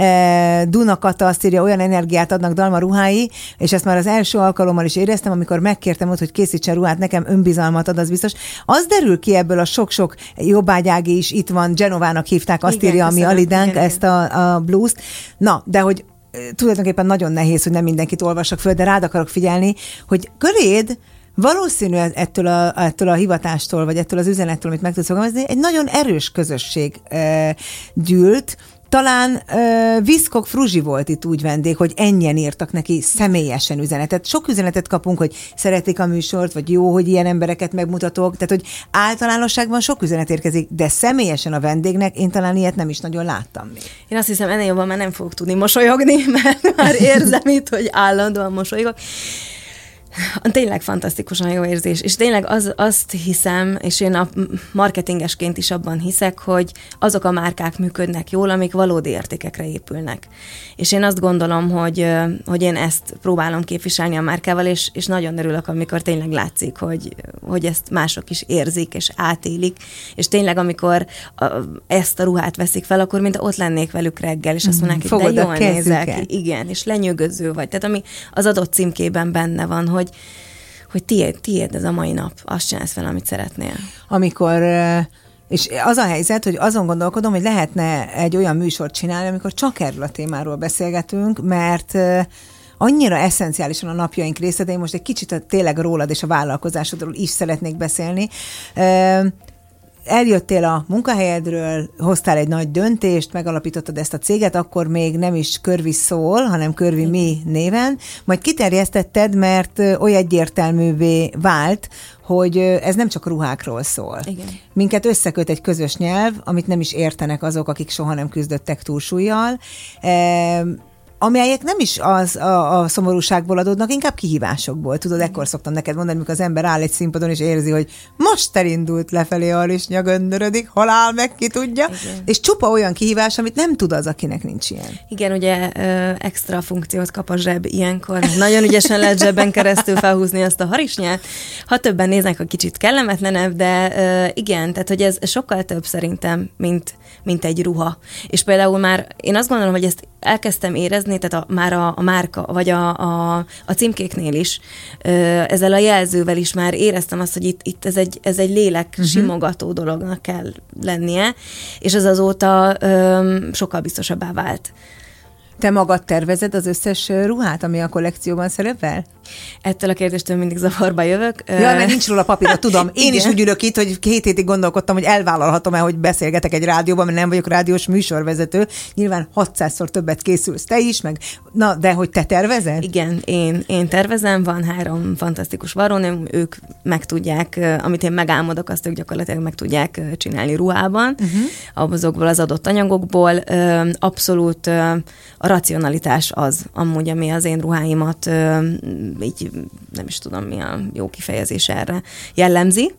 Speaker 2: Duna Kata azt írja, olyan energiát adnak Dalma ruhái, és ezt már az első alkalommal is éreztem, amikor megkértem ott, hogy készítsen ruhát, nekem önbizalmat ad, az biztos. Az derül ki ebből a sok-sok jobbágyági is itt van, Genovának hívták, azt igen, írja a mi Alidánk, igen, ezt a a blues-t. Na, de hogy tulajdonképpen nagyon nehéz, hogy nem mindenkit olvassak föl, de rád akarok figyelni, hogy köréd valószínű ettől a, ettől a hivatástól, vagy ettől az üzenettől, amit meg tudsz fogalmazni, egy nagyon erős közösség e, gyűlt. Talán uh, Viszkok Fruzsi volt itt úgy vendég, hogy ennyien írtak neki személyesen üzenetet. Sok üzenetet kapunk, hogy szeretik a műsort, vagy jó, hogy ilyen embereket megmutatok. Tehát, hogy általánosságban sok üzenet érkezik, de személyesen a vendégnek én talán ilyet nem is nagyon láttam még.
Speaker 3: Én azt hiszem, ennél jobban már nem fogok tudni mosolyogni, mert már érzem itt, hogy állandóan mosolygok. Tényleg fantasztikusan jó érzés, és tényleg az, azt hiszem, és én a marketingesként is abban hiszek, hogy azok a márkák működnek jól, amik valódi értékekre épülnek. És én azt gondolom, hogy, hogy én ezt próbálom képviselni a márkával, és, és nagyon örülök, amikor tényleg látszik, hogy, hogy ezt mások is érzik, és átélik, és tényleg amikor a, ezt a ruhát veszik fel, akkor mint ott lennék velük reggel, és azt mondják, hogy de jól nézek, igen, és lenyűgöző vagy. Tehát ami az adott címkében benne van, hogy hogy, hogy tiéd, tiéd ez a mai nap, azt csinálsz fel, amit szeretnél.
Speaker 2: Amikor, és az a helyzet, hogy azon gondolkodom, hogy lehetne egy olyan műsort csinálni, amikor csak erről a témáról beszélgetünk, mert annyira eszenciálisan a napjaink része, de én most egy kicsit a, tényleg rólad és a vállalkozásodról is szeretnék beszélni. Eljöttél a munkahelyedről, hoztál egy nagy döntést, megalapítottad ezt a céget, akkor még nem is Körvi Szól, hanem Körvi Mi néven, majd kiterjesztetted, mert oly egyértelművé vált, hogy ez nem csak ruhákról szól.
Speaker 3: Igen.
Speaker 2: Minket összeköt egy közös nyelv, amit nem is értenek azok, akik soha nem küzdöttek túlsúllyal, amelyek nem is az a, a szomorúságból adódnak, inkább kihívásokból. Tudod, ekkor szoktam neked mondani, amikor az ember áll egy színpadon, és érzi, hogy most elindult lefelé a lisnya, göndörödik, hol áll meg, ki tudja. Igen. És csupa olyan kihívás, amit nem tud az, akinek nincs ilyen.
Speaker 3: Igen, ugye ö, extra funkciót kap a zseb ilyenkor. Nagyon ügyesen lehet zsebben keresztül felhúzni azt a harisnyát. Ha többen néznek, a kicsit kellemetlenebb, de ö, igen, tehát hogy ez sokkal több szerintem, mint, mint egy ruha. És például már én azt gondolom, hogy ezt elkezdtem érezni, tehát a, már a, a márka, vagy a, a, a címkéknél is, ezzel a jelzővel is már éreztem azt, hogy itt, itt ez egy, ez egy lélek uh-huh. simogató dolognak kell lennie, és ez azóta öm, sokkal biztosabbá vált.
Speaker 2: Te magad tervezed az összes ruhát, ami a kollekcióban szerepel?
Speaker 3: Ettől a kérdéstől mindig zavarba jövök.
Speaker 2: Ja, mert nincs róla papírra, tudom. Én Igen. is úgy ülök itt, hogy két hétig gondolkodtam, hogy elvállalhatom-e, hogy beszélgetek egy rádióban, mert nem vagyok rádiós műsorvezető. Nyilván hatszázszor többet készülsz te is, meg na, de hogy te tervezed?
Speaker 3: Igen, én, én tervezem, van három fantasztikus varrónőm, ők meg tudják, amit én megálmodok, azt ők gyakorlatilag meg tudják csinálni ruhában, uh-huh. azokból az adott anyagokból. Abszolút a racionalitás az, amúgy, ami az én ruháimat így nem is tudom, mi a jó kifejezés erre jellemzi.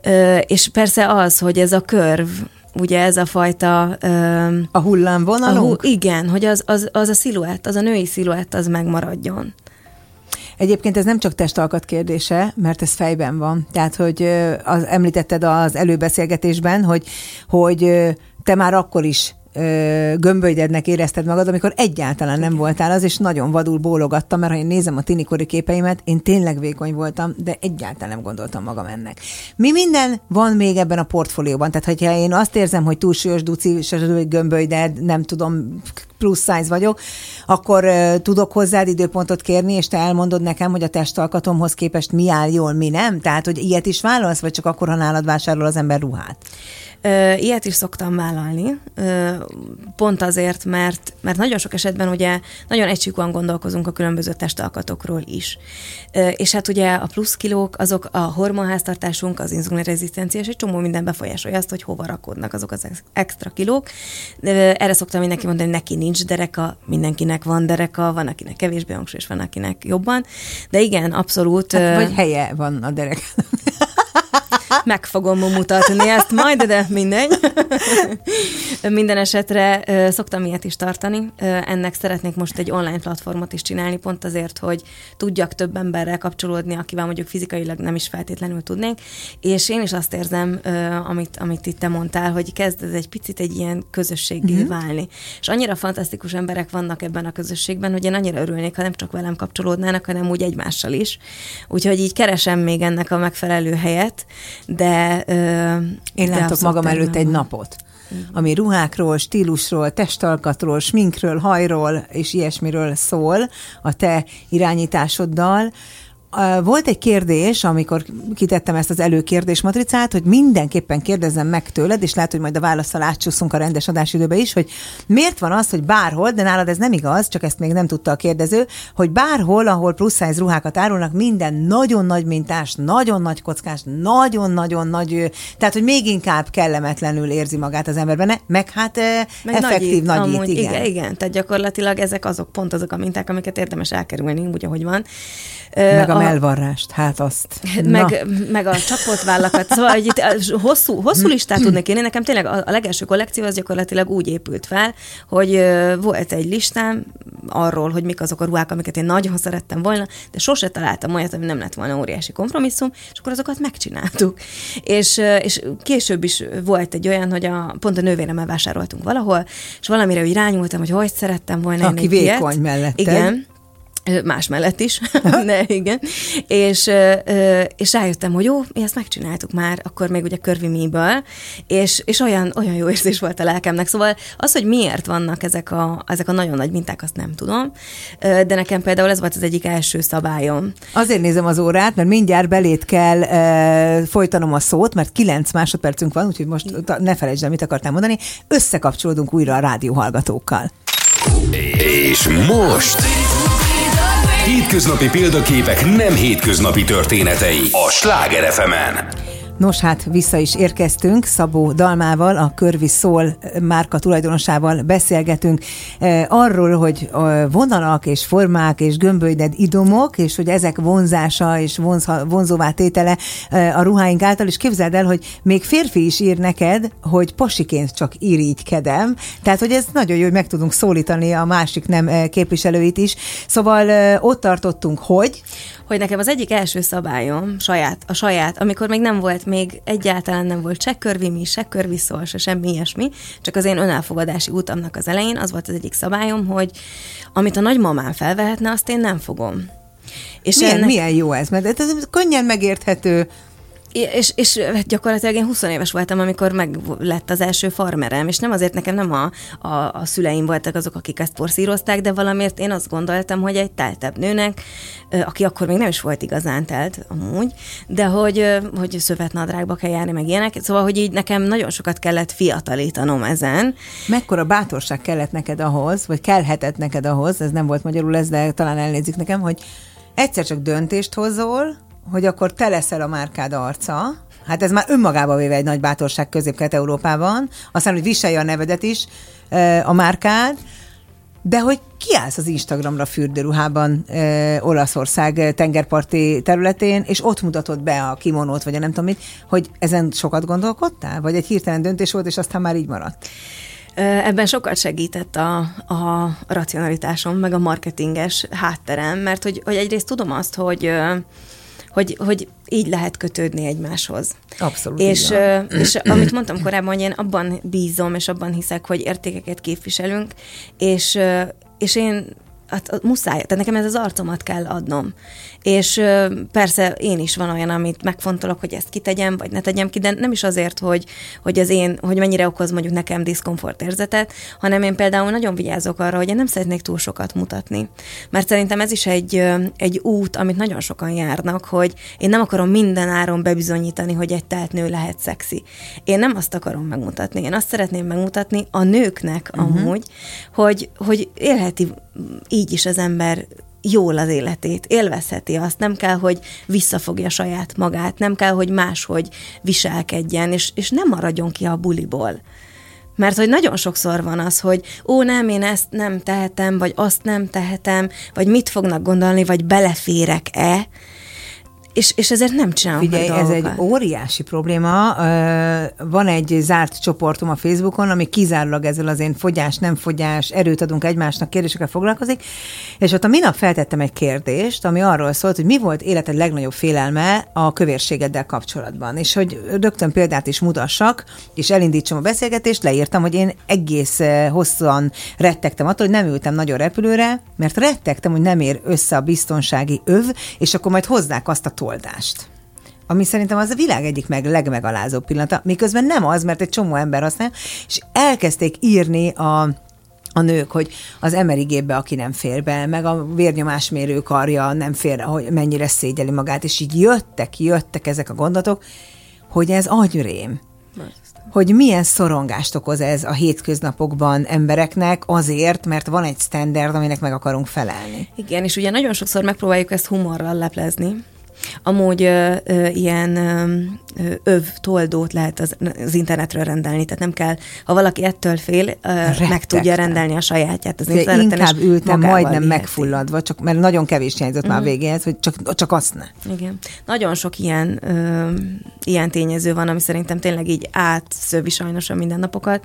Speaker 3: És persze az, hogy ez a körv, ugye ez a fajta...
Speaker 2: A hullámvonalunk?
Speaker 3: A, igen, hogy az, az, az a sziluett, az a női sziluett, az megmaradjon.
Speaker 2: Egyébként ez nem csak testalkat kérdése, mert ez fejben van. Tehát, hogy az, említetted az előbeszélgetésben, hogy, hogy te már akkor is gömbölydednek érezted magad, amikor egyáltalán nem voltál az, és nagyon vadul bólogattam, mert ha én nézem a tinikori képeimet, én tényleg vékony voltam, de egyáltalán nem gondoltam magam ennek. Mi minden van még ebben a portfólióban? Tehát, hogyha én azt érzem, hogy túlsúlyos duci, vagy gömbölyded, nem tudom, plusz size vagyok, akkor uh, tudok hozzád időpontot kérni, és te elmondod nekem, hogy a testalkatomhoz képest mi áll jól, mi nem? Tehát, hogy ilyet is vállalsz, vagy csak akkor, ha nálad vásárol az ember ruhát?
Speaker 3: Uh, ilyet is szoktam vállalni, uh, pont azért, mert, mert nagyon sok esetben ugye nagyon egysíkúan gondolkozunk a különböző testalkatokról is. Uh, és hát ugye a plusz kilók, azok a hormonháztartásunk, az inzulinrezisztencia, és egy csomó minden befolyásolja azt, hogy hova rakódnak azok az extra kilók. Uh, erre szoktam mindenki mondani, hogy neki nincs dereka, mindenkinek van dereka, van akinek kevésbé hangsúlyos, van akinek jobban. De igen, abszolút...
Speaker 2: Hát, vagy helye van a derek.
Speaker 3: Meg fogom mutatni ezt majd, de mindegy. Minden esetre szoktam ilyet is tartani. Ennek szeretnék most egy online platformot is csinálni, pont azért, hogy tudjak több emberrel kapcsolódni, akivel mondjuk fizikailag nem is feltétlenül tudnék. És én is azt érzem, amit, amit itt te mondtál, hogy kezd ez egy picit egy ilyen közösséggé mm-hmm. válni. És annyira fantasztikus emberek vannak ebben a közösségben, hogy én annyira örülnék, ha nem csak velem kapcsolódnának, hanem úgy egymással is. Úgyhogy így keresem még ennek a megfelelő helyet, de... Ö,
Speaker 2: Én de látok magam előtt egy napot, ami ruhákról, stílusról, testalkatról, sminkről, hajról és ilyesmiről szól a te irányításoddal. Volt egy kérdés, amikor kitettem ezt az előkérdés matricát, hogy mindenképpen kérdezzem meg tőled, és lehet, hogy majd a válaszsal átcsúszunk a rendes adásidőbe is, hogy miért van az, hogy bárhol, de nálad ez nem igaz, csak ezt még nem tudta a kérdező, hogy bárhol, ahol plusz size ruhákat árulnak, minden nagyon nagy mintás, nagyon nagy kockás, nagyon-nagyon nagy, tehát, hogy még inkább kellemetlenül érzi magát az ember benne, meg hát meg effektív nagyít,
Speaker 3: nagyít
Speaker 2: igen.
Speaker 3: igen. Igen, tehát gyakorlatilag ezek azok, pont azok a minták, amiket érdemes elkerülni, úgy, ahogy van.
Speaker 2: Meg a, a mellvarrást, hát azt.
Speaker 3: Meg, meg a csapott vállakat. Szóval hogy itt hosszú, hosszú listát tudnék írni. Nekem tényleg a, a legelső kollekció az gyakorlatilag úgy épült fel, hogy uh, volt egy listám arról, hogy mik azok a ruhák, amiket én nagyon szerettem volna, de sose találtam olyat, ami nem lett volna óriási kompromisszum, és akkor azokat megcsináltuk. És, uh, és később is volt egy olyan, hogy a, pont a nővéremmel vásároltunk valahol, és valamire úgy rányultam, hogy hogy szerettem volna.
Speaker 2: Aki vékony melletted.
Speaker 3: Igen. Más mellett is, de igen. És, és rájöttem, hogy jó, mi ezt megcsináltuk már, akkor még ugye körvimiből, és, és olyan, olyan jó érzés volt a lelkemnek. Szóval az, hogy miért vannak ezek a, ezek a nagyon nagy minták, azt nem tudom, de nekem például ez volt az egyik első szabályom.
Speaker 2: Azért nézem az órát, mert mindjárt belét kell e, folytanom a szót, mert kilenc másodpercünk van, úgyhogy most ne felejtsd el, mit akartál mondani. Összekapcsolódunk újra a rádióhallgatókkal.
Speaker 1: És most... Hétköznapi példaképek nem hétköznapi történetei a Sláger ef emen.
Speaker 2: Nos, hát vissza is érkeztünk, Szabó Dalmával, a Curvy Soul márka tulajdonosával beszélgetünk eh, arról, hogy vonalak és formák és gömbölyded idomok, és hogy ezek vonzása és vonz, vonzóvá tétele eh, a ruháink által, és képzeld el, hogy még férfi is ír neked, hogy pasiként csak irigykedem, tehát, hogy ez nagyon jó, hogy meg tudunk szólítani a másik nem képviselőit is. Szóval eh, ott tartottunk, hogy...
Speaker 3: hogy nekem az egyik első szabályom, saját, a saját, amikor még nem volt még egyáltalán nem volt se körvimi, se körviszol, se semmi ilyesmi, csak az én önelfogadási utamnak az elején az volt az egyik szabályom, hogy amit a nagymamám felvehetne, azt én nem fogom.
Speaker 2: És milyen, ennek... milyen jó ez, mert ez könnyen megérthető.
Speaker 3: És, és gyakorlatilag én húsz éves voltam, amikor meg lett az első farmerem, és nem azért nekem nem a, a, a szüleim voltak azok, akik ezt forszírozták, de valamiért én azt gondoltam, hogy egy teltebb nőnek, aki akkor még nem is volt igazán telt amúgy, de hogy, hogy szövetnadrágba kell járni, meg ilyenek, szóval, hogy így nekem nagyon sokat kellett fiatalítanom ezen.
Speaker 2: Mekkora bátorság kellett neked ahhoz, vagy kellhetett neked ahhoz, ez nem volt magyarul ez, de talán elnézik nekem, hogy egyszer csak döntést hozol, hogy akkor te leszel a márkád arca. Hát ez már önmagába véve egy nagy bátorság Közép-Kelet-Európában. Aztán, hogy viselje a nevedet is, a márkád, de hogy kiállsz az Instagramra fürdőruhában Olaszország tengerparti területén, és ott mutatod be a kimonót, vagy a nem tudom mit, hogy ezen sokat gondolkodtál? Vagy egy hirtelen döntés volt, és aztán már így maradt?
Speaker 3: Ebben sokat segített a, a racionalitásom, meg a marketinges hátterem, mert hogy, hogy egyrészt tudom azt, hogy Hogy, hogy így lehet kötődni egymáshoz.
Speaker 2: Abszolút.
Speaker 3: És, és amit mondtam korábban, hogy én abban bízom, és abban hiszek, hogy értékeket képviselünk, és, és én hát muszáj, tehát nekem ez az arcomat kell adnom. És persze én is van olyan, amit megfontolok, hogy ezt kitegyem, vagy ne tegyem ki, de nem is azért, hogy, hogy az én, hogy mennyire okoz mondjuk nekem diszkomfort érzetet, hanem én például nagyon vigyázok arra, hogy én nem szeretnék túl sokat mutatni. Mert szerintem ez is egy, egy út, amit nagyon sokan járnak, hogy én nem akarom minden áron bebizonyítani, hogy egy telt nő lehet szexi. Én nem azt akarom megmutatni. Én azt szeretném megmutatni a nőknek uh-huh. amúgy, hogy, hogy élheti így is az ember jól az életét, élvezheti azt, nem kell, hogy visszafogja saját magát, nem kell, hogy máshogy viselkedjen, és, és nem maradjon ki a buliból. Mert hogy nagyon sokszor van az, hogy ó, nem, én ezt nem tehetem, vagy azt nem tehetem, vagy mit fognak gondolni, vagy beleférek-e, És, és ezért nem csinálunk
Speaker 2: Figyelj, meg ez egy óriási probléma. Van egy zárt csoportom a Facebookon, ami kizárólag ezzel az én fogyás, nem fogyás, erőt adunk egymásnak kérdésekkel foglalkozik, és ott a minap feltettem egy kérdést, ami arról szólt, hogy mi volt életed legnagyobb félelme a kövérségeddel kapcsolatban. És hogy rögtön példát is mutassak, és elindítsam a beszélgetést, leírtam, hogy én egész hosszan rettegtem attól, hogy nem ültem nagyon repülőre, mert rettegtem, hogy nem ér össze a biztonsági öv, és akkor majd hozzák azt a toldást. Ami szerintem az a világ egyik meg legmegalázóbb pillanata, miközben nem az, mert egy csomó ember használja, és elkezdték írni a, a nők, hogy az em er i gépbe, aki nem fér be, meg a vérnyomásmérő karja nem fér, hogy mennyire szégyeli magát, és így jöttek, jöttek ezek a gondolatok, hogy ez agyrém. Hogy milyen szorongást okoz ez a hétköznapokban embereknek azért, mert van egy standard, aminek meg akarunk felelni.
Speaker 3: Igen, és ugye nagyon sokszor megpróbáljuk ezt humorral leplezni. Amúgy ö, ö, ilyen ö, öv toldót lehet az, az internetről rendelni, tehát nem kell, ha valaki ettől fél, ö, meg tudja rendelni a sajátját az interneten.
Speaker 2: Inkább ültem majdnem viheti. megfulladva, csak, mert nagyon kevés hiányzott uh-huh. már végéhez, hogy csak, csak azt ne.
Speaker 3: Igen. Nagyon sok ilyen, ö, ilyen tényező van, ami szerintem tényleg így átszövi sajnos a mindennapokat,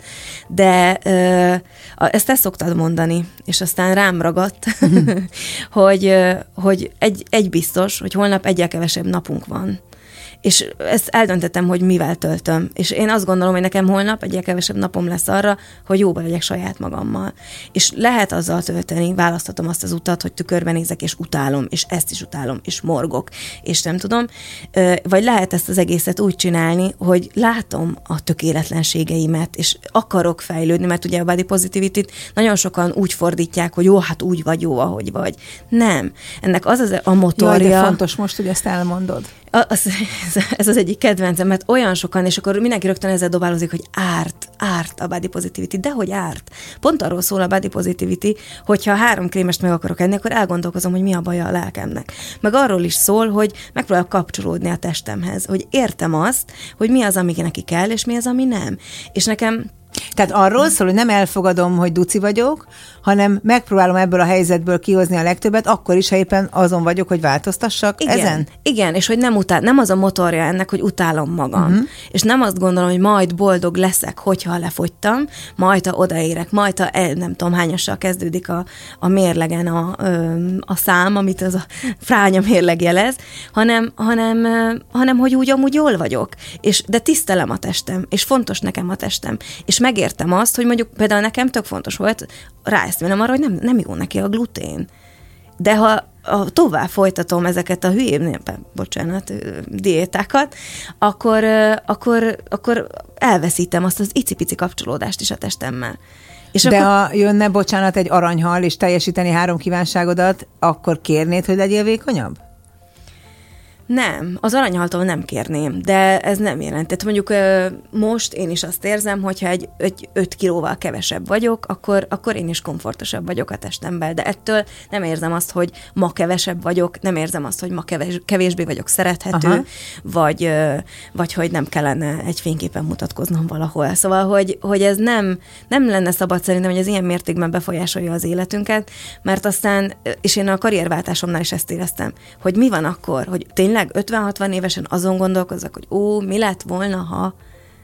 Speaker 3: de ö, a, ezt te szoktad mondani, és aztán rám ragadt, uh-huh. hogy, ö, hogy egy, egy biztos, hogy holnap egy kevesebb napunk van. És ezt eldöntöttem, hogy mivel töltöm. És én azt gondolom, hogy nekem holnap egyre kevesebb napom lesz arra, hogy jóba legyek saját magammal. És lehet azzal tölteni, választhatom azt az utat, hogy tükörben nézek, és utálom, és ezt is utálom, és morgok, és nem tudom. Vagy lehet ezt az egészet úgy csinálni, hogy látom a tökéletlenségeimet, és akarok fejlődni, mert ugye a body positivity-t nagyon sokan úgy fordítják, hogy jó, hát úgy vagy jó, ahogy vagy. Nem. Ennek az az a motorja.
Speaker 2: Jaj, de fontos most, hogy ezt elmondod.
Speaker 3: Az, ez az egyik kedvencem, mert olyan sokan, és akkor mindenki rögtön ezzel dobálózik, hogy árt, árt a body positivity. De hogy árt? Pont arról szól a body positivity, hogyha három krémest meg akarok enni, akkor elgondolkozom, hogy mi a baja a lelkemnek. Meg arról is szól, hogy megpróbálok kapcsolódni a testemhez, hogy értem azt, hogy mi az, ami neki kell, és mi az, ami nem. És nekem...
Speaker 2: Tehát arról szól, hogy nem elfogadom, hogy duci vagyok, hanem megpróbálom ebből a helyzetből kihozni a legtöbbet, akkor is, ha éppen azon vagyok, hogy változtassak
Speaker 3: igen,
Speaker 2: ezen?
Speaker 3: Igen, és hogy nem, utál, nem az a motorja ennek, hogy utálom magam. Uh-huh. És nem azt gondolom, hogy majd boldog leszek, hogyha lefogytam, majd ha odaérek, majd ha el, nem tudom, hányassal kezdődik a, a mérlegen a, a szám, amit az a fránya mérleg jelez, hanem, hanem, hanem hogy úgy amúgy jól vagyok. És, de tisztelem a testem, és fontos nekem a testem. És megértem azt, hogy mondjuk például nekem tök fontos volt ráeszmélnem arra, hogy nem, nem jó neki a glutén. De ha a, tovább folytatom ezeket a hülyébb, bocsánat, diétákat, akkor, akkor, akkor elveszítem azt az icipici kapcsolódást is a testemmel. És
Speaker 2: De
Speaker 3: akkor...
Speaker 2: ha jönne, bocsánat, egy aranyhal, és teljesíteni három kívánságodat, akkor kérnéd, hogy legyél vékonyabb?
Speaker 3: Nem, az aranyhaltól nem kérném, de ez nem jelent. Tehát mondjuk most én is azt érzem, hogyha egy, egy öt kilóval kevesebb vagyok, akkor, akkor én is komfortosabb vagyok a testemben, de ettől nem érzem azt, hogy ma kevesebb vagyok, nem érzem azt, hogy ma kevés, kevésbé vagyok szerethető, vagy, vagy hogy nem kellene egy fényképen mutatkoznom valahol. Szóval, hogy, hogy ez nem, nem lenne szabad szerintem, hogy ez ilyen mértékben befolyásolja az életünket, mert aztán, és én a karrierváltásomnál is ezt éreztem, hogy mi van akkor, hogy tényleg ötven-hatvan évesen azon gondolkozzak, hogy ó, mi lett volna, ha...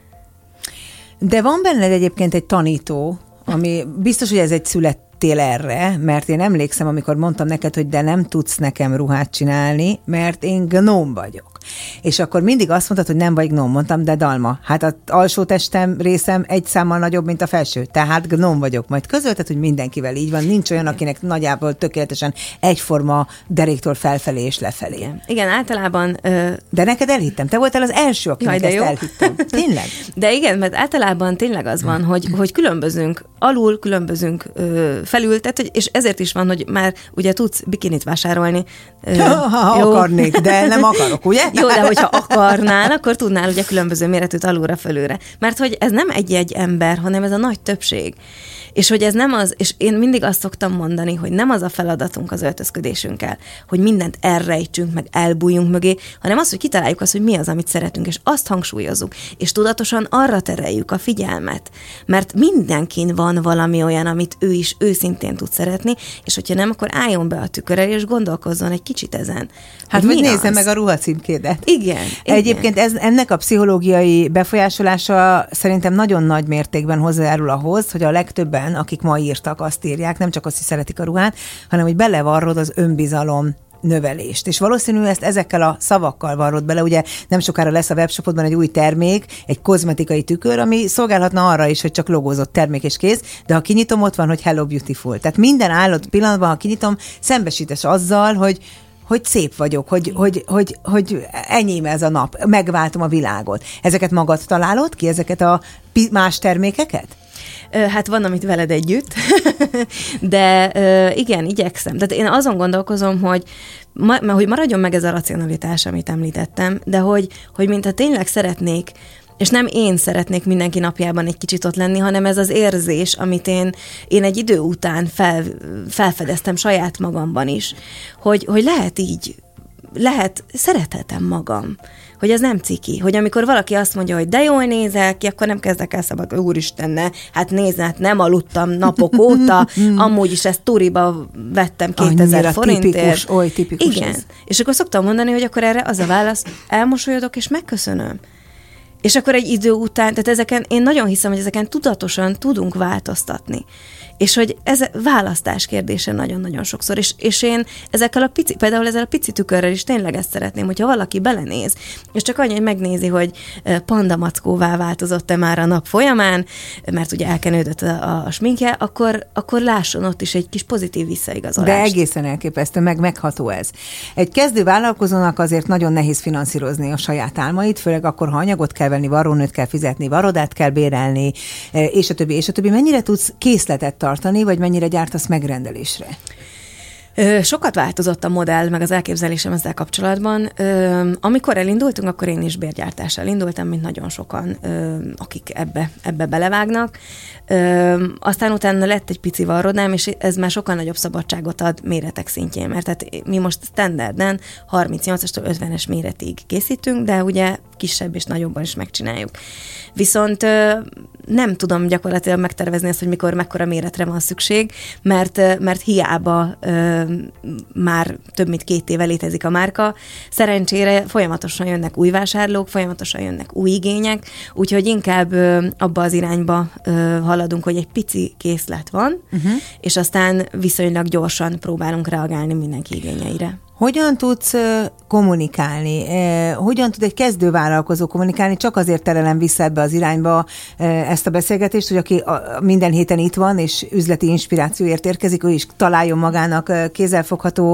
Speaker 2: De van benned egyébként egy tanító, ami biztos, hogy ez egy születtél erre, mert én emlékszem, amikor mondtam neked, hogy de nem tudsz nekem ruhát csinálni, mert én gnóm vagyok. És akkor mindig azt mondtad, hogy nem vagy gnóm, mondtam, de Dalma. Hát az alsó testem részem egy számmal nagyobb, mint a felső. Tehát gnóm vagyok. Majd közölted, hogy mindenkivel így van. Nincs olyan, akinek nagyjából tökéletesen egyforma deréktől felfelé és lefelé.
Speaker 3: Igen, igen általában... Ö...
Speaker 2: De neked elhittem. Te voltál az első, akinek ezt elhittem. Tényleg?
Speaker 3: De igen, mert általában tényleg az van, hogy, hogy különbözünk alul, különbözünk ö, felül, tehát, hogy, és ezért is van, hogy már ugye tudsz bikinit vásárolni. Ö,
Speaker 2: ha
Speaker 3: jó.
Speaker 2: akarnék, de nem akarok, ugye?
Speaker 3: Jó, de hogyha akarnál, akkor tudnál ugye különböző méretűt alulra fölülre. Mert hogy ez nem egy-egy ember, hanem ez a nagy többség. És hogy ez nem az, és én mindig azt szoktam mondani, hogy nem az a feladatunk az öltözködésünkkel, hogy mindent elrejtsünk, meg elbújjunk mögé, hanem az, hogy kitaláljuk azt, hogy mi az, amit szeretünk, és azt hangsúlyozzuk, és tudatosan arra tereljük a figyelmet. Mert mindenkin van valami olyan, amit ő is őszintén tud szeretni, és hogyha nem, akkor álljon be a tükör elé, és gondolkozzon egy kicsit ezen.
Speaker 2: Hát, hogy nézze meg a ruhacímkédet.
Speaker 3: Igen.
Speaker 2: Egyébként ez, ennek a pszichológiai befolyásolása szerintem nagyon nagy mértékben hozzájárul ahhoz, hogy a legtöbben, akik ma írtak, azt írják, nem csak azt, hogy szeretik a ruhát, hanem hogy belevarrod az önbizalom növelést. És valószínűleg ezt ezekkel a szavakkal varrod bele. Ugye nem sokára lesz a webshopodban egy új termék, egy kozmetikai tükör, ami szolgálhatna arra is, hogy csak logózott termék és kész, de ha kinyitom, ott van, hogy Hello Beautiful. Tehát minden állott pillanatban, ha kinyitom, szembesítes azzal, hogy hogy szép vagyok, hogy, hogy, hogy, hogy enyém ez a nap, megváltom a világot. Ezeket magad találod ki, ezeket a más termékeket?
Speaker 3: Hát van, amit veled együtt, de igen, igyekszem. Tehát én azon gondolkozom, hogy, ma, hogy maradjon meg ez a racionalitás, amit említettem, de hogy, hogy mintha tényleg szeretnék, és nem én szeretnék mindenki napjában egy kicsit ott lenni, hanem ez az érzés, amit én, én egy idő után fel, felfedeztem saját magamban is, hogy, hogy lehet így, lehet, szerethetem magam, hogy ez nem ciki, hogy amikor valaki azt mondja, hogy de jól nézel ki, akkor nem kezdek el szabad, úristen, ne, hát nézd, hát nem aludtam napok óta, amúgy is ezt turiba vettem kétezer forintért.
Speaker 2: Tipikus, oly tipikus.
Speaker 3: Igen,
Speaker 2: ez.
Speaker 3: És akkor szoktam mondani, hogy akkor erre az a válasz, elmosolyodok és megköszönöm. És akkor egy idő után, tehát ezeken, én nagyon hiszem, hogy ezeken tudatosan tudunk változtatni. És hogy ez választás kérdése nagyon-nagyon sokszor. És, és én ezekkel a pici, például ezzel a pici tükörrel is tényleg ezt szeretném, hogyha valaki belenéz, és csak annyi, hogy megnézi, hogy pandamackóvá változott-e már a nap folyamán, mert ugye elkenődött a, a sminkje, akkor, akkor lásson ott is egy kis pozitív visszaigazolást.
Speaker 2: De egészen elképesztő, meg megható ez. Egy kezdő vállalkozónak azért nagyon nehéz finanszírozni a saját álmait, főleg akkor, ha anyagot kell venni, varrónőt kell fizetni, varodát kell bérelni, és a többi, és a többi. Mennyire tudsz készletet tartani, vagy mennyire gyártasz megrendelésre?
Speaker 3: Sokat változott a modell, meg az elképzelésem ezzel kapcsolatban. Amikor elindultunk, akkor én is bérgyártással indultam, mint nagyon sokan, akik ebbe, ebbe belevágnak. Aztán utána lett egy pici varrodám, és ez már sokkal nagyobb szabadságot ad méretek szintjén, mert tehát mi most standarden harmincnyolcastól ötvenes méretig készítünk, de ugye kisebb és nagyobban is megcsináljuk. Viszont nem tudom gyakorlatilag megtervezni azt, hogy mikor, mekkora méretre van szükség, mert, mert hiába ö, már több mint két éve létezik a márka. Szerencsére folyamatosan jönnek új vásárlók, folyamatosan jönnek új igények, úgyhogy inkább ö, abba az irányba ö, haladunk, hogy egy pici készlet van, uh-huh. és aztán viszonylag gyorsan próbálunk reagálni mindenki igényeire.
Speaker 2: Hogyan tudsz kommunikálni? Hogyan tud egy kezdővállalkozó kommunikálni? Csak azért terelem vissza ebbe az irányba ezt a beszélgetést, hogy aki minden héten itt van, és üzleti inspirációért érkezik, ő is találjon magának kézzelfogható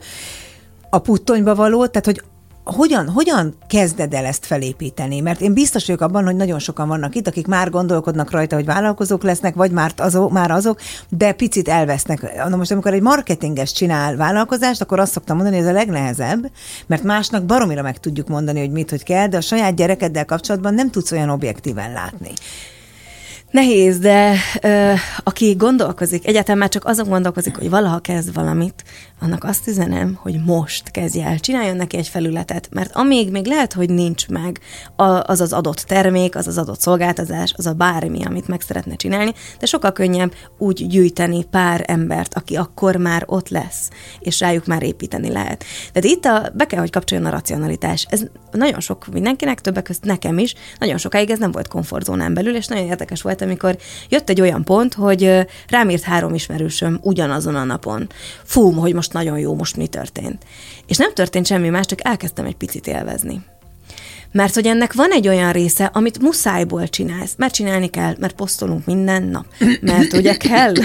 Speaker 2: a puttonyba valót, tehát hogy Hogyan, hogyan kezded el ezt felépíteni? Mert én biztos vagyok abban, hogy nagyon sokan vannak itt, akik már gondolkodnak rajta, hogy vállalkozók lesznek, vagy már azok, már azok, de picit elvesznek. Na most, amikor egy marketinges csinál vállalkozást, akkor azt szoktam mondani, hogy ez a legnehezebb, mert másnak baromira meg tudjuk mondani, hogy mit, hogy kell, de a saját gyerekeddel kapcsolatban nem tudsz olyan objektíven látni.
Speaker 3: Nehéz, de ö, aki gondolkozik, egyáltalán már csak azon gondolkozik, hogy valaha kezd valamit, annak azt üzenem, hogy most kezdje el, csináljon neki egy felületet, mert amíg még lehet, hogy nincs meg az az adott termék, az az adott szolgáltatás, az a bármi, amit meg szeretne csinálni, de sokkal könnyebb úgy gyűjteni pár embert, aki akkor már ott lesz, és rájuk már építeni lehet. Tehát itt a, be kell, hogy kapcsoljon a racionalitás. Ez nagyon sok mindenkinek, többek között nekem is, nagyon sokáig ez nem volt komfortzónán belül, és nagyon érdekes volt, amikor jött egy olyan pont, hogy rám írt három ismerősöm ugyanazon a napon. Fú, hogy most nagyon jó, most mi történt. És nem történt semmi más, csak elkezdtem egy picit élvezni. Mert hogy ennek van egy olyan része, amit muszájból csinálsz, mert csinálni kell, mert posztolunk minden nap, mert ugye kell.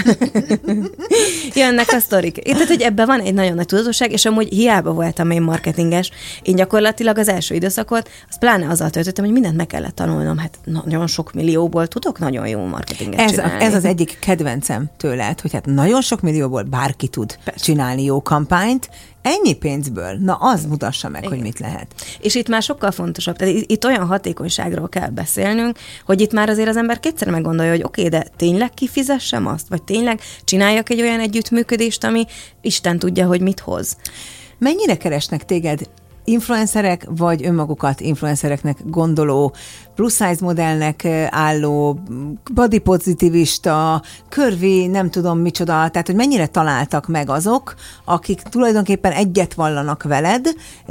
Speaker 3: Jönnek a sztorik. Tehát, hogy ebben van egy nagyon nagy tudatosság, és amúgy hiába voltam én marketinges, én gyakorlatilag az első időszakot, az pláne azzal töltöttem, hogy mindent meg kellett tanulnom, hát nagyon sok millióból tudok nagyon jó marketinget
Speaker 2: ez,
Speaker 3: csinálni.
Speaker 2: Ez az egyik kedvencem tőled, hogy hát nagyon sok millióból bárki tud Persze. csinálni jó kampányt, ennyi pénzből, na az mutassa meg, Igen. hogy mit lehet.
Speaker 3: És itt már sokkal fontosabb, tehát itt olyan hatékonyságról kell beszélnünk, hogy itt már azért az ember kétszer meggondolja, hogy oké, okay, de tényleg kifizessem azt, vagy tényleg csináljak egy olyan együttműködést, ami Isten tudja, hogy mit hoz.
Speaker 2: Mennyire keresnek téged influencerek, vagy önmagukat influencereknek gondoló, plus size modellnek álló, body pozitivista, körvi, nem tudom micsoda, tehát hogy mennyire találtak meg azok, akik tulajdonképpen egyet vallanak veled,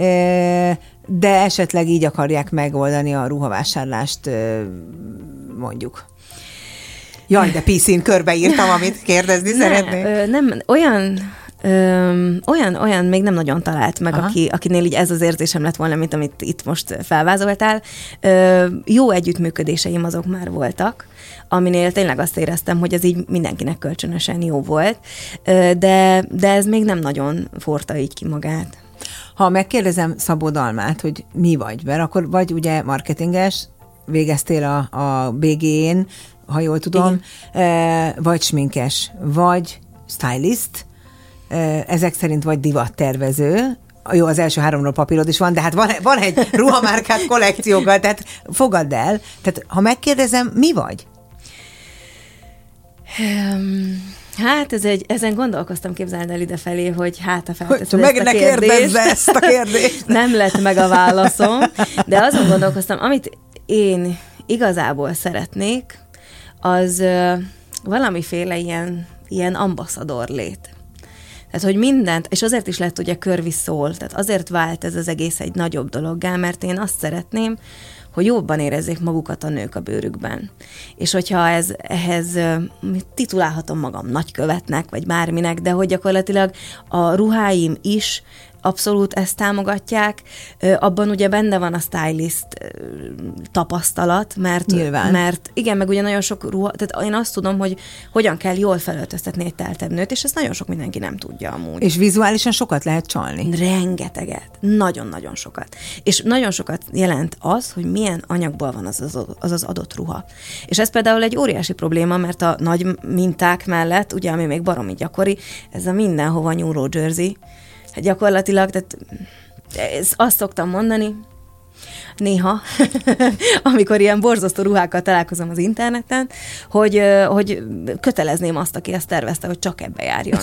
Speaker 2: de esetleg így akarják megoldani a ruhavásárlást, mondjuk. Jaj, de piszín körbeírtam, amit kérdezni ne, szeretnék.
Speaker 3: Nem, olyan... Öm, olyan, olyan még nem nagyon talált meg, aki, akinél így ez az érzésem lett volna, mint amit itt most felvázoltál. Öm, jó együttműködéseim azok már voltak, aminél tényleg azt éreztem, hogy ez így mindenkinek kölcsönösen jó volt, Öm, de, de ez még nem nagyon forta így ki magát.
Speaker 2: Ha megkérdezem Szabó Dalmát, hogy mi vagy, mert akkor vagy ugye marketinges, végeztél a, a bé gé-n, ha jól tudom, Igen. vagy sminkes, vagy stylist, ezek szerint vagy divattervező, jó, az első háromról papírod is van, de hát van, van egy ruhamárkát kollekciókkal, tehát fogadd el. Tehát ha megkérdezem, mi vagy?
Speaker 3: Um, hát ez egy, ezen gondolkoztam, képzeld el idefelé, hogy hát a felteszed
Speaker 2: meg
Speaker 3: ezt
Speaker 2: ne
Speaker 3: a kérdést.
Speaker 2: ezt a kérdést.
Speaker 3: Nem lett meg a válaszom, de azon gondolkoztam, amit én igazából szeretnék, az uh, valamiféle ilyen, ilyen ambasszador lét. Tehát, hogy mindent, és azért is lett ugye Curvy Soul, tehát azért vált ez az egész egy nagyobb dologgá, mert én azt szeretném, hogy jobban érezzék magukat a nők a bőrükben. És hogyha ez, ehhez titulálhatom magam nagykövetnek, vagy bárminek, de hogy gyakorlatilag a ruháim is abszolút ezt támogatják. Abban ugye benne van a stylist tapasztalat, mert, mert igen, meg ugye nagyon sok ruha, tehát én azt tudom, hogy hogyan kell jól felöltöztetni egy teltebb nőt, és ezt nagyon sok mindenki nem tudja amúgy.
Speaker 2: És vizuálisan sokat lehet csalni?
Speaker 3: Rengeteget. Nagyon-nagyon sokat. És nagyon sokat jelent az, hogy milyen anyagból van az az, az az adott ruha. És ez például egy óriási probléma, mert a nagy minták mellett, ugye, ami még baromi gyakori, ez a mindenhova nyúló jersey, hát gyakorlatilag, tehát azt szoktam mondani, néha, amikor ilyen borzasztó ruhákkal találkozom az interneten, hogy, hogy kötelezném azt, aki ezt tervezte, hogy csak ebbe járjon.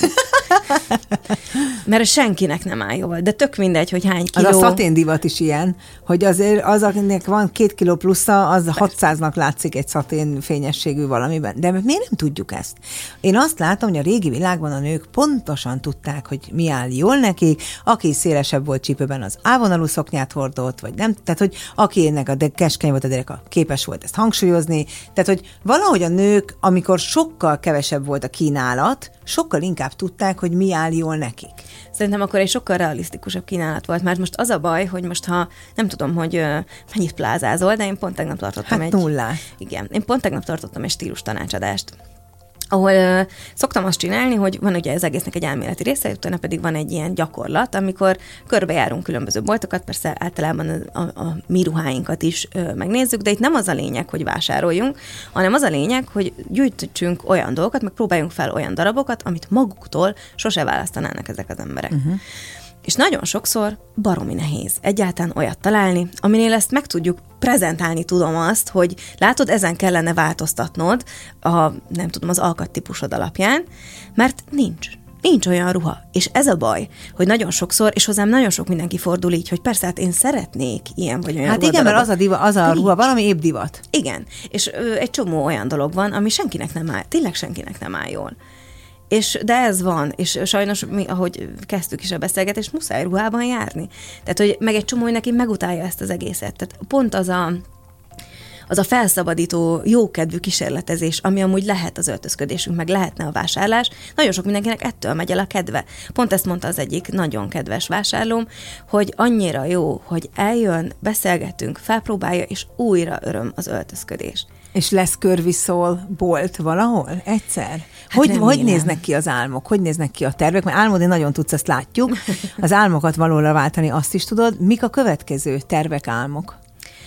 Speaker 3: Mert senkinek nem áll jól, de tök mindegy, hogy hány kiló.
Speaker 2: Az a szatén divat is ilyen, hogy azért az, akinek van két kiló plusza, az hatszáznak látszik egy szatén fényességű valamiben. De miért nem tudjuk ezt? Én azt látom, hogy a régi világban a nők pontosan tudták, hogy mi áll jól nekik, aki szélesebb volt csípőben, az A-vonalú szoknyát hordott, vagy nem, tehát hogy aki ennek a de keskeny volt a derek, a képes volt ezt hangsúlyozni, tehát hogy valahogy a nők, amikor sokkal kevesebb volt a kínálat, sokkal inkább tudták, hogy mi áll jól nekik.
Speaker 3: Szerintem akkor egy sokkal realisztikusabb kínálat volt, mert most az a baj, hogy most ha nem tudom, hogy uh, mennyit plázázol, de én pont tegnap tartottam
Speaker 2: hát
Speaker 3: egy...
Speaker 2: nullá.
Speaker 3: Igen, én pont tegnap tartottam egy stílus tanácsadást, ahol uh, szoktam azt csinálni, hogy van ugye az egésznek egy elméleti része, utána pedig van egy ilyen gyakorlat, amikor körbejárunk különböző boltokat, persze általában a, a, a mi ruháinkat is uh, megnézzük, de itt nem az a lényeg, hogy vásároljunk, hanem az a lényeg, hogy gyűjtsünk olyan dolgokat, meg próbáljunk fel olyan darabokat, amit maguktól sose választanának ezek az emberek. Uh-huh. És nagyon sokszor baromi nehéz egyáltalán olyat találni, aminél ezt meg tudjuk prezentálni, tudom azt, hogy látod, ezen kellene változtatnod a, nem tudom, az alkattípusod alapján, mert nincs. Nincs olyan ruha. És ez a baj, hogy nagyon sokszor, és hozzám nagyon sok mindenki fordul így, hogy persze, hát én szeretnék ilyen vagy olyan
Speaker 2: Hát igen, mert az a, diva, az a ruha, valami épp divat.
Speaker 3: Igen, és ö, egy csomó olyan dolog van, ami senkinek nem áll, tényleg senkinek nem áll jól. És, de ez van, és sajnos, mi, ahogy kezdtük is a beszélgetést, muszáj ruhában járni. Tehát, hogy meg egy csomó, hogy neki megutálja ezt az egészet. Tehát pont az a, az a felszabadító, jókedvű kísérletezés, ami amúgy lehet az öltözködésünk, meg lehetne a vásárlás, nagyon sok mindenkinek ettől megy el a kedve. Pont ezt mondta az egyik nagyon kedves vásárlóm, hogy annyira jó, hogy eljön, beszélgetünk, felpróbálja, és újra öröm az öltözködés.
Speaker 2: És lesz körviszol bolt valahol? Egyszer? Hát hogy, hogy néznek ki az álmok? Hogy néznek ki a tervek? Mert álmodni nagyon tudsz, ezt látjuk. Az álmokat valóra váltani, azt is tudod. Mik a következő tervek, álmok?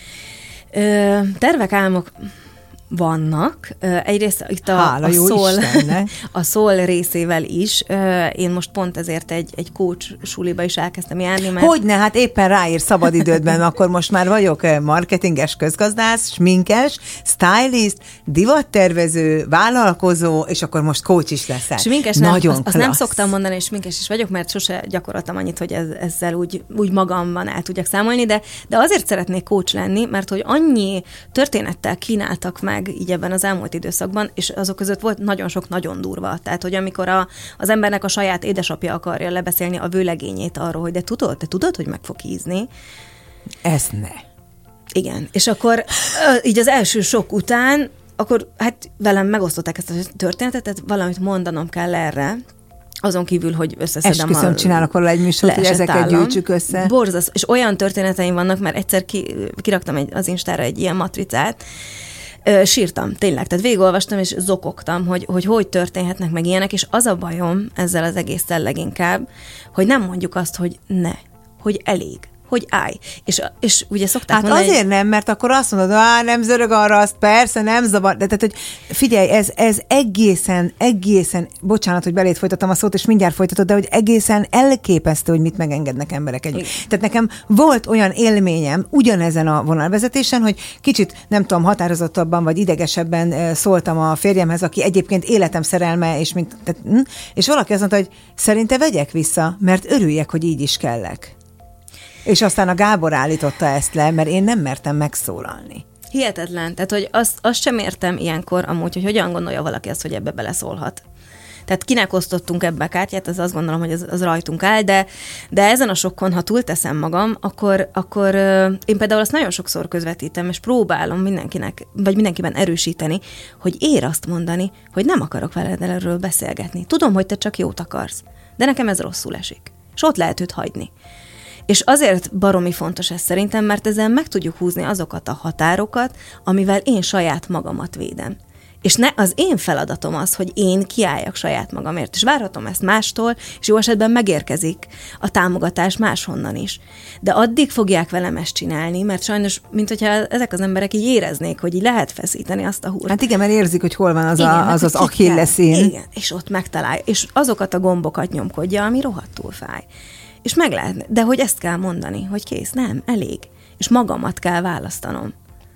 Speaker 3: Ö, tervek, álmok vannak. Egyrészt itt a,
Speaker 2: Hála
Speaker 3: a, szól, a szól részével is. Én most pont ezért egy, egy coach suliba is elkezdtem járni. Mert...
Speaker 2: Hogyne, hát éppen ráír szabadidődben, akkor most már vagyok marketinges, közgazdász, sminkes, stylist, divattervező, vállalkozó, és akkor most coach is leszel.
Speaker 3: Sminkes nem, nagyon azt, azt nem szoktam mondani, és sminkes is vagyok, mert sose gyakoroltam annyit, hogy ez, ezzel úgy, úgy magamban el tudjak számolni, de, de azért szeretnék coach lenni, mert hogy annyi történettel kínáltak meg így ebben az elmúlt időszakban, és azok között volt nagyon sok nagyon durva. Tehát, hogy amikor a, az embernek a saját édesapja akarja lebeszélni a vőlegényét arról, hogy de tudod, te tudod, hogy meg fog hízni.
Speaker 2: Ez ne.
Speaker 3: Igen. És akkor így az első sok után, akkor hát velem megosztották ezt a történetet, tehát valamit mondanom kell erre, azon kívül, hogy összeszedem a...
Speaker 2: Esküszöm, csinálok arra egy műsort, hogy ezeket állam. gyűjtsük össze.
Speaker 3: Borzasz, és olyan történeteim vannak, mert egyszer ki, kiraktam egy, az Instára egy ilyen matricát, Ö, sírtam, tényleg, tehát végigolvastam, és zokogtam, hogy, hogy hogy történhetnek meg ilyenek, és az a bajom ezzel az egésszel leginkább, hogy nem mondjuk azt, hogy ne, hogy elég, hogy állj. És, és ugye szokták
Speaker 2: hát
Speaker 3: mondani...
Speaker 2: Hát azért nem, mert akkor azt mondod, á, nem zörög arra, azt persze, nem zavar. De tehát, hogy figyelj, ez, ez egészen, egészen, bocsánat, hogy belét folytattam a szót, és mindjárt folytatod, de hogy egészen elképesztő, hogy mit megengednek emberek együtt. Tehát nekem volt olyan élményem ugyanezen a vonalvezetésen, hogy kicsit, nem tudom, határozottabban vagy idegesebben szóltam a férjemhez, aki egyébként életem szerelme, és, mint, tehát, és valaki azt mondta, hogy szerinte vegyek vissza, mert örüljek, hogy így is kellek. És aztán a Gábor állította ezt le, mert én nem mertem megszólalni.
Speaker 3: Hihetetlen. Tehát, hogy azt, azt sem értem ilyenkor amúgy, hogy hogyan gondolja valaki azt, hogy ebbe beleszólhat. Tehát kinek osztottunk ebbe a kártyát, az azt gondolom, hogy az, az rajtunk áll, de, de ezen a sokkon, ha túlteszem magam, akkor, akkor én például azt nagyon sokszor közvetítem, és próbálom mindenkinek, vagy mindenkiben erősíteni, hogy ér azt mondani, hogy nem akarok veled erről beszélgetni. Tudom, hogy te csak jót akarsz, de nekem ez rosszul esik. És ott lehet őt hagyni. És azért baromi fontos ez szerintem, mert ezzel meg tudjuk húzni azokat a határokat, amivel én saját magamat védem. És ne, az én feladatom az, hogy én kiálljak saját magamért, és várhatom ezt mástól, és jó esetben megérkezik a támogatás máshonnan is. De addig fogják velem ezt csinálni, mert sajnos, mint hogyha ezek az emberek így éreznék, hogy így lehet feszíteni azt a húrt.
Speaker 2: Hát igen, mert érzik, hogy hol van az igen, a, az, az achilleszín.
Speaker 3: Igen, és ott megtalálja, és azokat a gombokat nyomkodja, ami rohadtul fáj. És meg lehet, de hogy ezt kell mondani, hogy kész, nem, elég. És magamat kell választanom.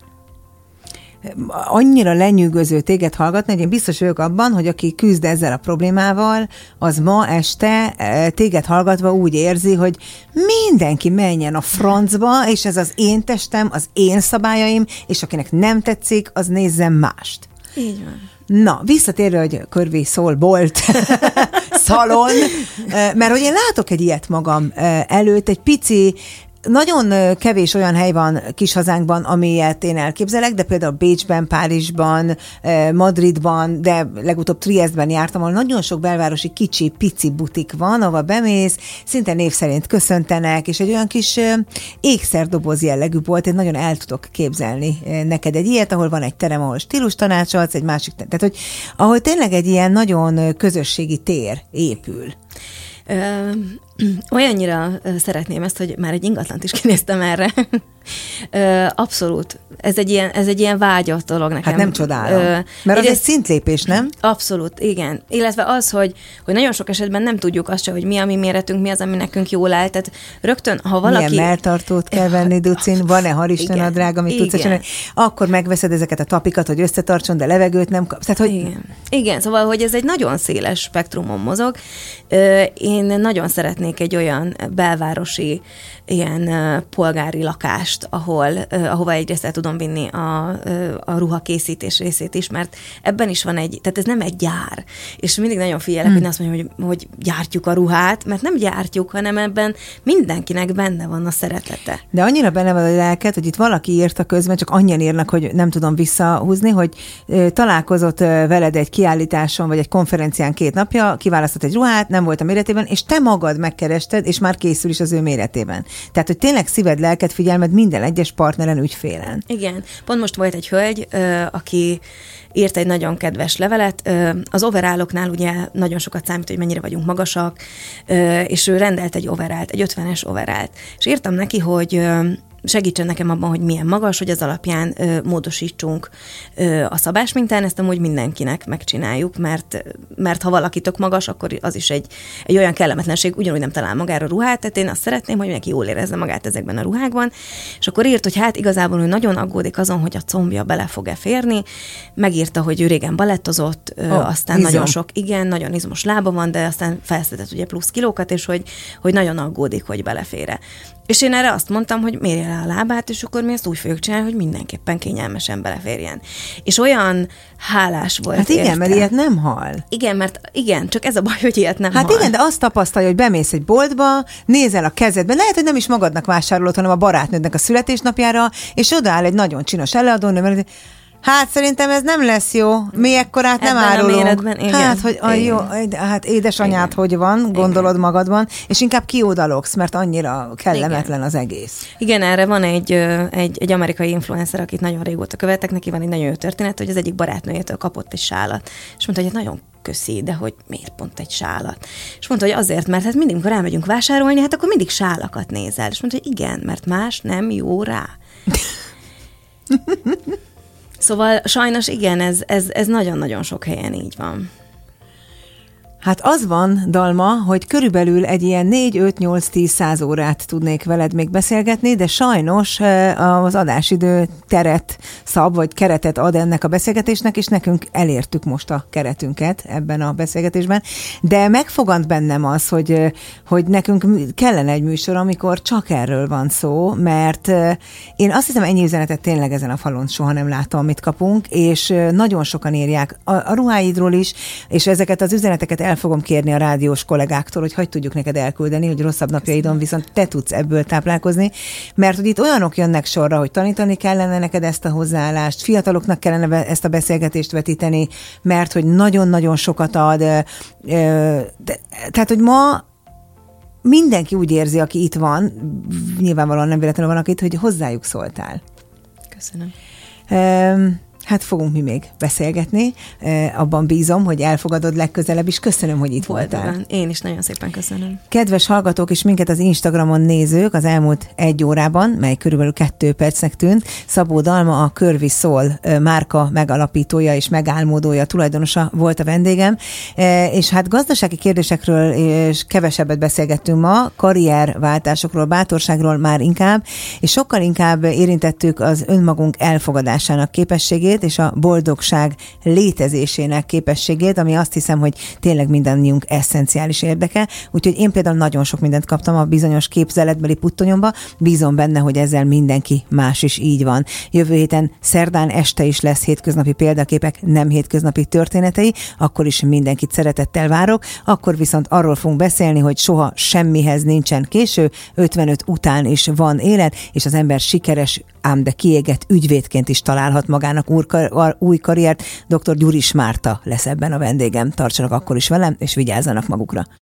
Speaker 2: Annyira lenyűgöző téged hallgatni, hogy én biztos vagyok abban, hogy aki küzd ezzel a problémával, az ma este téged hallgatva úgy érzi, hogy mindenki menjen a francba, és ez az én testem, az én szabályaim, és akinek nem tetszik, az nézzen mást.
Speaker 3: Így van.
Speaker 2: Na, visszatérve, hogy Körvi Szól Bolt szalon, mert hogy én látok egy ilyet magam előtt, egy pici, nagyon kevés olyan hely van kis hazánkban, amilyet én elképzelek, de például Bécsben, Párizsban, Madridban, de legutóbb Triestben jártam, ahol nagyon sok belvárosi kicsi, pici butik van, ahol bemész, szinte név szerint köszöntenek, és egy olyan kis ékszerdoboz jellegű bolt, én nagyon el tudok képzelni neked egy ilyet, ahol van egy terem, ahol stílus tanácsadsz, egy másik, tehát hogy ahol tényleg egy ilyen nagyon közösségi tér épül.
Speaker 3: Ö, olyannyira szeretném ezt, hogy már egy ingatlant is kinéztem erre. Ö, abszolút. Ez egy ilyen, ez egy ilyen vágyott dolog nekem.
Speaker 2: Hát nem csodálom. Ö, Mert az egy szintlépés, nem?
Speaker 3: Abszolút, igen. Illetve az, hogy, hogy nagyon sok esetben nem tudjuk azt sem, hogy mi a mi méretünk, mi az, ami nekünk jól áll. Tehát rögtön, ha valaki...
Speaker 2: Milyen melltartót kell venni, Ducin? Van-e haristen nadrág, amit tudsz csinálni? Akkor megveszed ezeket a tapikat, hogy összetartson, de levegőt nem kapsz. Tehát, hogy...
Speaker 3: igen. igen, szóval, hogy ez egy nagyon széles spektrumon mozog. Én nagyon szeretnék egy olyan belvárosi, ilyen polgári lakást, ahol, ahova egyrészt el tudom vinni a, a ruhakészítés részét is, mert ebben is van egy, tehát ez nem egy gyár. És mindig nagyon figyelek, hmm. hogy ne azt mondjam, hogy, hogy gyártjuk a ruhát, mert nem gyártjuk, hanem ebben mindenkinek benne van a szeretete.
Speaker 2: De annyira benne van a lelket, hogy itt valaki írta közben, csak annyian írnak, hogy nem tudom visszahúzni, hogy találkozott veled egy kiállításon, vagy egy konferencián két napja, kiválasztott egy ruhát, nem volt a méretében, és te magad megkerested, és már készül is az ő méretében. Tehát, hogy tényleg szíved, lelked, figyelmed minden egyes partneren, ügyfélen.
Speaker 3: Igen. Pont most volt egy hölgy, aki írt egy nagyon kedves levelet. Az overalloknál ugye nagyon sokat számít, hogy mennyire vagyunk magasak, és ő rendelt egy overallt, egy ötvenes overallt. És írtam neki, hogy segítsen nekem abban, hogy milyen magas, hogy az alapján ö, módosítsunk ö, a szabásmintán, ezt amúgy mindenkinek megcsináljuk, mert, mert ha valaki tök magas, akkor az is egy, egy olyan kellemetlenség, ugyanúgy nem talál magára ruhát, tehát én azt szeretném, hogy mindenki jól érezze magát ezekben a ruhákban, és akkor írt, hogy hát igazából ő nagyon aggódik azon, hogy a combja bele fog-e férni, megírta, hogy ő régen balettozott, ö, oh, aztán izom. nagyon sok, igen, nagyon izmos lába van, de aztán felszedett ugye plusz kilókat, és hogy, hogy nagyon aggódik, hogy belefér-e. És én erre azt mondtam, hogy mérje le a lábát, és akkor mi ezt úgy fogjuk csinálni, hogy mindenképpen kényelmesen beleférjen. És olyan hálás volt.
Speaker 2: Hát igen, érte. Mert ilyet nem hall.
Speaker 3: Igen, mert igen, csak ez a baj, hogy ilyet nem
Speaker 2: hát
Speaker 3: hall.
Speaker 2: Igen, de azt tapasztalja, hogy bemész egy boltba, nézel a kezedbe, lehet, hogy nem is magadnak vásárolod, hanem a barátnődnek a születésnapjára, és odaáll egy nagyon csinos előadónő, mert hát szerintem ez nem lesz jó. Mi ekkorát nem
Speaker 3: ebben
Speaker 2: árulunk.
Speaker 3: A méretben, igen.
Speaker 2: Hát, hogy a jó, hát édesanyád igen. hogy van, gondolod igen. magadban, és inkább kiódalogsz, mert annyira kellemetlen igen. az egész.
Speaker 3: Igen, erre van egy, egy, egy amerikai influencer, akit nagyon régóta követek, neki van egy nagyon jó történet, hogy az egyik barátnőjétől kapott egy sálat. És mondta, hogy nagyon köszi, de hogy miért pont egy sálat? És mondta, hogy azért, mert hát mindig, amikor elmegyünk vásárolni, hát akkor mindig sálakat nézel. És mondta, hogy igen, mert más nem jó rá. Szóval sajnos igen, ez, ez, ez nagyon-nagyon sok helyen így van.
Speaker 2: Hát az van, Dalma, hogy körülbelül egy ilyen négy, öt, nyolc, tíz, száz órát tudnék veled még beszélgetni, de sajnos az adásidő teret szab, vagy keretet ad ennek a beszélgetésnek, és nekünk elértük most a keretünket ebben a beszélgetésben, de megfogant bennem az, hogy, hogy nekünk kellene egy műsor, amikor csak erről van szó, mert én azt hiszem, ennyi üzenetet tényleg ezen a falon soha nem látom, amit kapunk, és nagyon sokan írják a, a ruháidról is, és ezeket az üzeneteket el fogom kérni a rádiós kollégáktól, hogy hogy tudjuk neked elküldeni, hogy rosszabb napjaidon viszont te tudsz ebből táplálkozni, mert hogy itt olyanok jönnek sorra, hogy tanítani kellene neked ezt a hozzáállást, fiataloknak kellene ezt a beszélgetést vetíteni, mert hogy nagyon-nagyon sokat ad. Tehát, hogy ma mindenki úgy érzi, aki itt van, nyilvánvalóan nem véletlenül van, akit, hogy hozzájuk szóltál.
Speaker 3: Köszönöm.
Speaker 2: Hát fogunk mi még beszélgetni. Abban bízom, hogy elfogadod legközelebb is. Köszönöm, hogy itt voltál.
Speaker 3: Voltál. Én is nagyon szépen köszönöm.
Speaker 2: Kedves hallgatók és minket az Instagramon nézők, az elmúlt egy órában, mely körülbelül kettő percnek tűnt, Szabó Dalma, a Curvy Soul márka megalapítója és megálmodója, tulajdonosa volt a vendégem. És hát gazdasági kérdésekről és kevesebbet beszélgettünk ma, karrierváltásokról, bátorságról már inkább, és sokkal inkább érintettük az önmagunk elfogadásának képességét és a boldogság létezésének képességét, ami azt hiszem, hogy tényleg mindannyiunk eszenciális érdeke. Úgyhogy én például nagyon sok mindent kaptam a bizonyos képzeletbeli puttonyomba, bízom benne, hogy ezzel mindenki más is így van. Jövő héten szerdán este is lesz hétköznapi példaképek, nem hétköznapi történetei, akkor is mindenkit szeretettel várok, akkor viszont arról fogunk beszélni, hogy soha semmihez nincsen késő, ötvenöt után is van élet, és az ember sikeres, ám de kiégett ügyvédként is találhat magának új karriert. doktor Gyuris Márta lesz ebben a vendégem. Tartsanak akkor is velem, és vigyázzanak magukra.